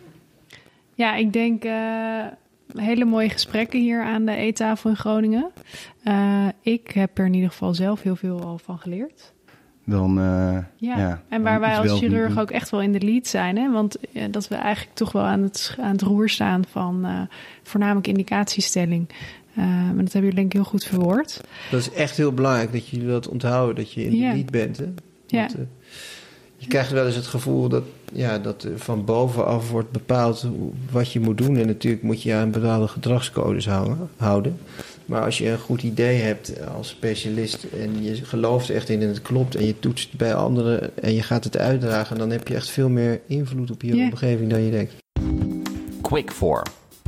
Ja, ik denk uh, hele mooie gesprekken hier aan de eettafel in Groningen. Uh, ik heb er in ieder geval zelf heel veel al van geleerd. Dan, uh, ja. ja, en waar wij als chirurg ook echt wel in de lead zijn. Hè? Want uh, dat we eigenlijk toch wel aan het, aan het roer staan van uh, voornamelijk indicatiestelling. Uh, maar dat hebben jullie denk ik heel goed verwoord. Dat is echt heel belangrijk dat jullie dat onthouden, dat je in de ja. lead bent. Hè? Want, ja. uh, je krijgt wel eens het gevoel dat, ja, dat van bovenaf wordt bepaald wat je moet doen. En natuurlijk moet je aan bepaalde gedragscodes houden. houden. Maar als je een goed idee hebt als specialist en je gelooft echt in en het klopt en je toetst bij anderen en je gaat het uitdragen, dan heb je echt veel meer invloed op je yeah. omgeving dan je denkt. Quick four.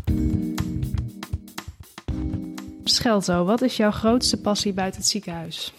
Schelto, wat is jouw grootste passie buiten het ziekenhuis?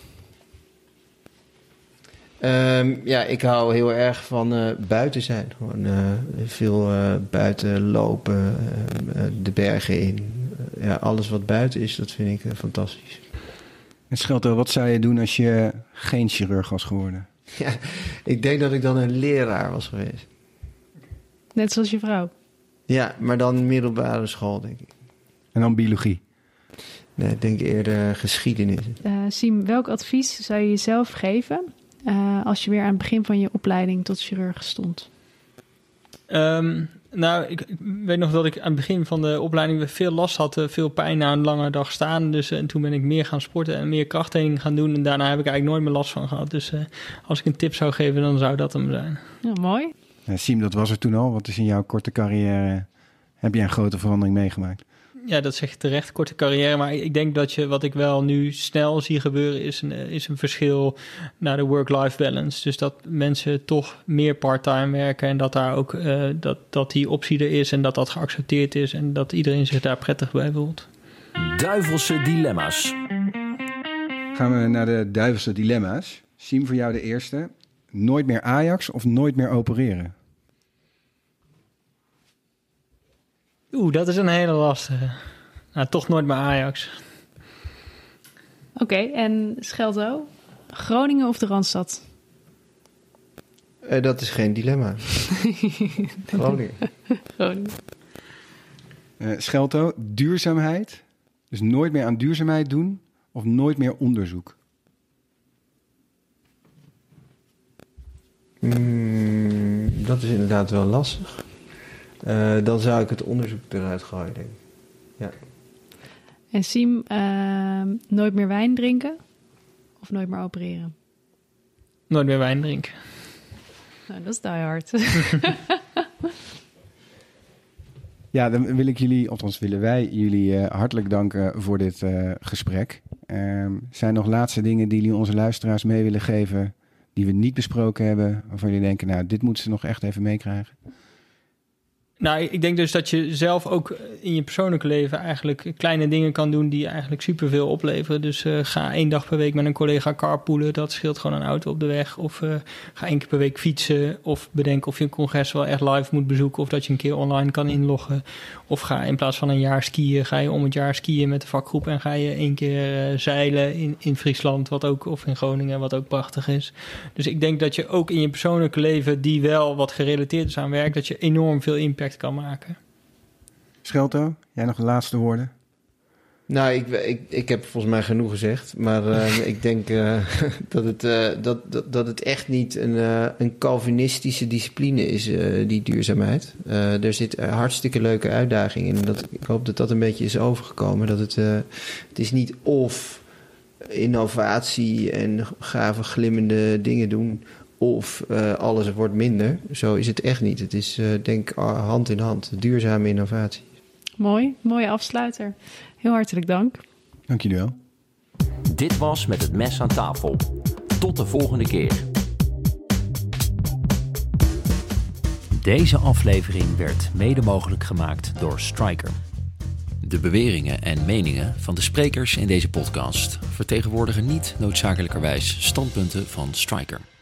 Um, ja, ik hou heel erg van uh, buiten zijn. Gewoon uh, veel uh, buiten lopen, uh, de bergen in. Uh, ja, alles wat buiten is, dat vind ik uh, fantastisch. En Schelto, wat zou je doen als je geen chirurg was geworden? Ja, ik denk dat ik dan een leraar was geweest. Net zoals je vrouw? Ja, maar dan middelbare school, denk ik. En dan biologie? Nee, ik denk eerder geschiedenis. Uh, Siem, welk advies zou je jezelf geven Uh, als je weer aan het begin van je opleiding tot chirurg stond? Um, nou, ik, ik weet nog dat ik aan het begin van de opleiding veel last had, uh, veel pijn na een lange dag staan. Dus uh, en toen ben ik meer gaan sporten en meer krachttraining gaan doen. En daarna heb ik eigenlijk nooit meer last van gehad. Dus uh, als ik een tip zou geven, dan zou dat hem zijn. Ja, mooi. Ja, Siem, dat was er toen al. Wat is in jouw korte carrière? Heb jij een grote verandering meegemaakt? Ja, dat zeg je terecht, korte carrière. Maar ik denk dat je, wat ik wel nu snel zie gebeuren, is een, is een verschil naar de work-life balance. Dus dat mensen toch meer part-time werken en dat daar ook uh, dat, dat die optie er is en dat dat geaccepteerd is en dat iedereen zich daar prettig bij voelt. Duivelse dilemma's. Gaan we naar de duivelse dilemma's. Siem, voor jou de eerste. Nooit meer Ajax of nooit meer opereren? Oeh, dat is een hele lastige. Nou, toch nooit meer Ajax. Oké, okay, en Schelto? Groningen of de Randstad? Uh, dat is geen dilemma. Groningen. Groningen. Uh, Schelto, duurzaamheid. Dus nooit meer aan duurzaamheid doen of nooit meer onderzoek? Mm, dat is inderdaad wel lastig. Uh, dan zou ik het onderzoek eruit gooien, denk ik. Ja. En Siem, uh, nooit meer wijn drinken of nooit meer opereren? Nooit meer wijn drinken. Nou, dat is die hard. Ja, dan wil ik jullie, althans willen wij jullie uh, hartelijk danken voor dit uh, gesprek. Um, zijn er nog laatste dingen die jullie onze luisteraars mee willen geven die we niet besproken hebben, waarvan jullie denken, nou, dit moeten ze nog echt even meekrijgen? Nou, ik denk dus dat je zelf ook in je persoonlijke leven eigenlijk kleine dingen kan doen die eigenlijk superveel opleveren. Dus uh, ga één dag per week met een collega carpoolen. Dat scheelt gewoon een auto op de weg. Of uh, ga één keer per week fietsen. Of bedenk of je een congres wel echt live moet bezoeken. Of dat je een keer online kan inloggen. Of ga in plaats van een jaar skiën, ga je om het jaar skiën met de vakgroep. En ga je één keer uh, zeilen in, in Friesland, wat ook, of in Groningen, wat ook prachtig is. Dus ik denk dat je ook in je persoonlijke leven, die wel wat gerelateerd is aan werk, dat je enorm veel impact kan maken. Schelto, jij nog de laatste woorden? Nou, ik, ik, ik heb volgens mij genoeg gezegd. Maar uh, ik denk uh, dat, het, uh, dat, dat, dat het echt niet een, uh, een Calvinistische discipline is, uh, die duurzaamheid. Uh, er zit een hartstikke leuke uitdaging in. Dat, ik hoop dat dat een beetje is overgekomen. Dat het, uh, het is niet of innovatie en gave glimmende dingen doen, of uh, alles wordt minder. Zo is het echt niet. Het is, uh, denk uh, hand in hand. Duurzame innovatie. Mooi, mooie afsluiter. Heel hartelijk dank. Dank jullie wel. Dit was Met het Mes aan tafel. Tot de volgende keer. Deze aflevering werd mede mogelijk gemaakt door Stryker. De beweringen en meningen van de sprekers in deze podcast vertegenwoordigen niet noodzakelijkerwijs standpunten van Stryker.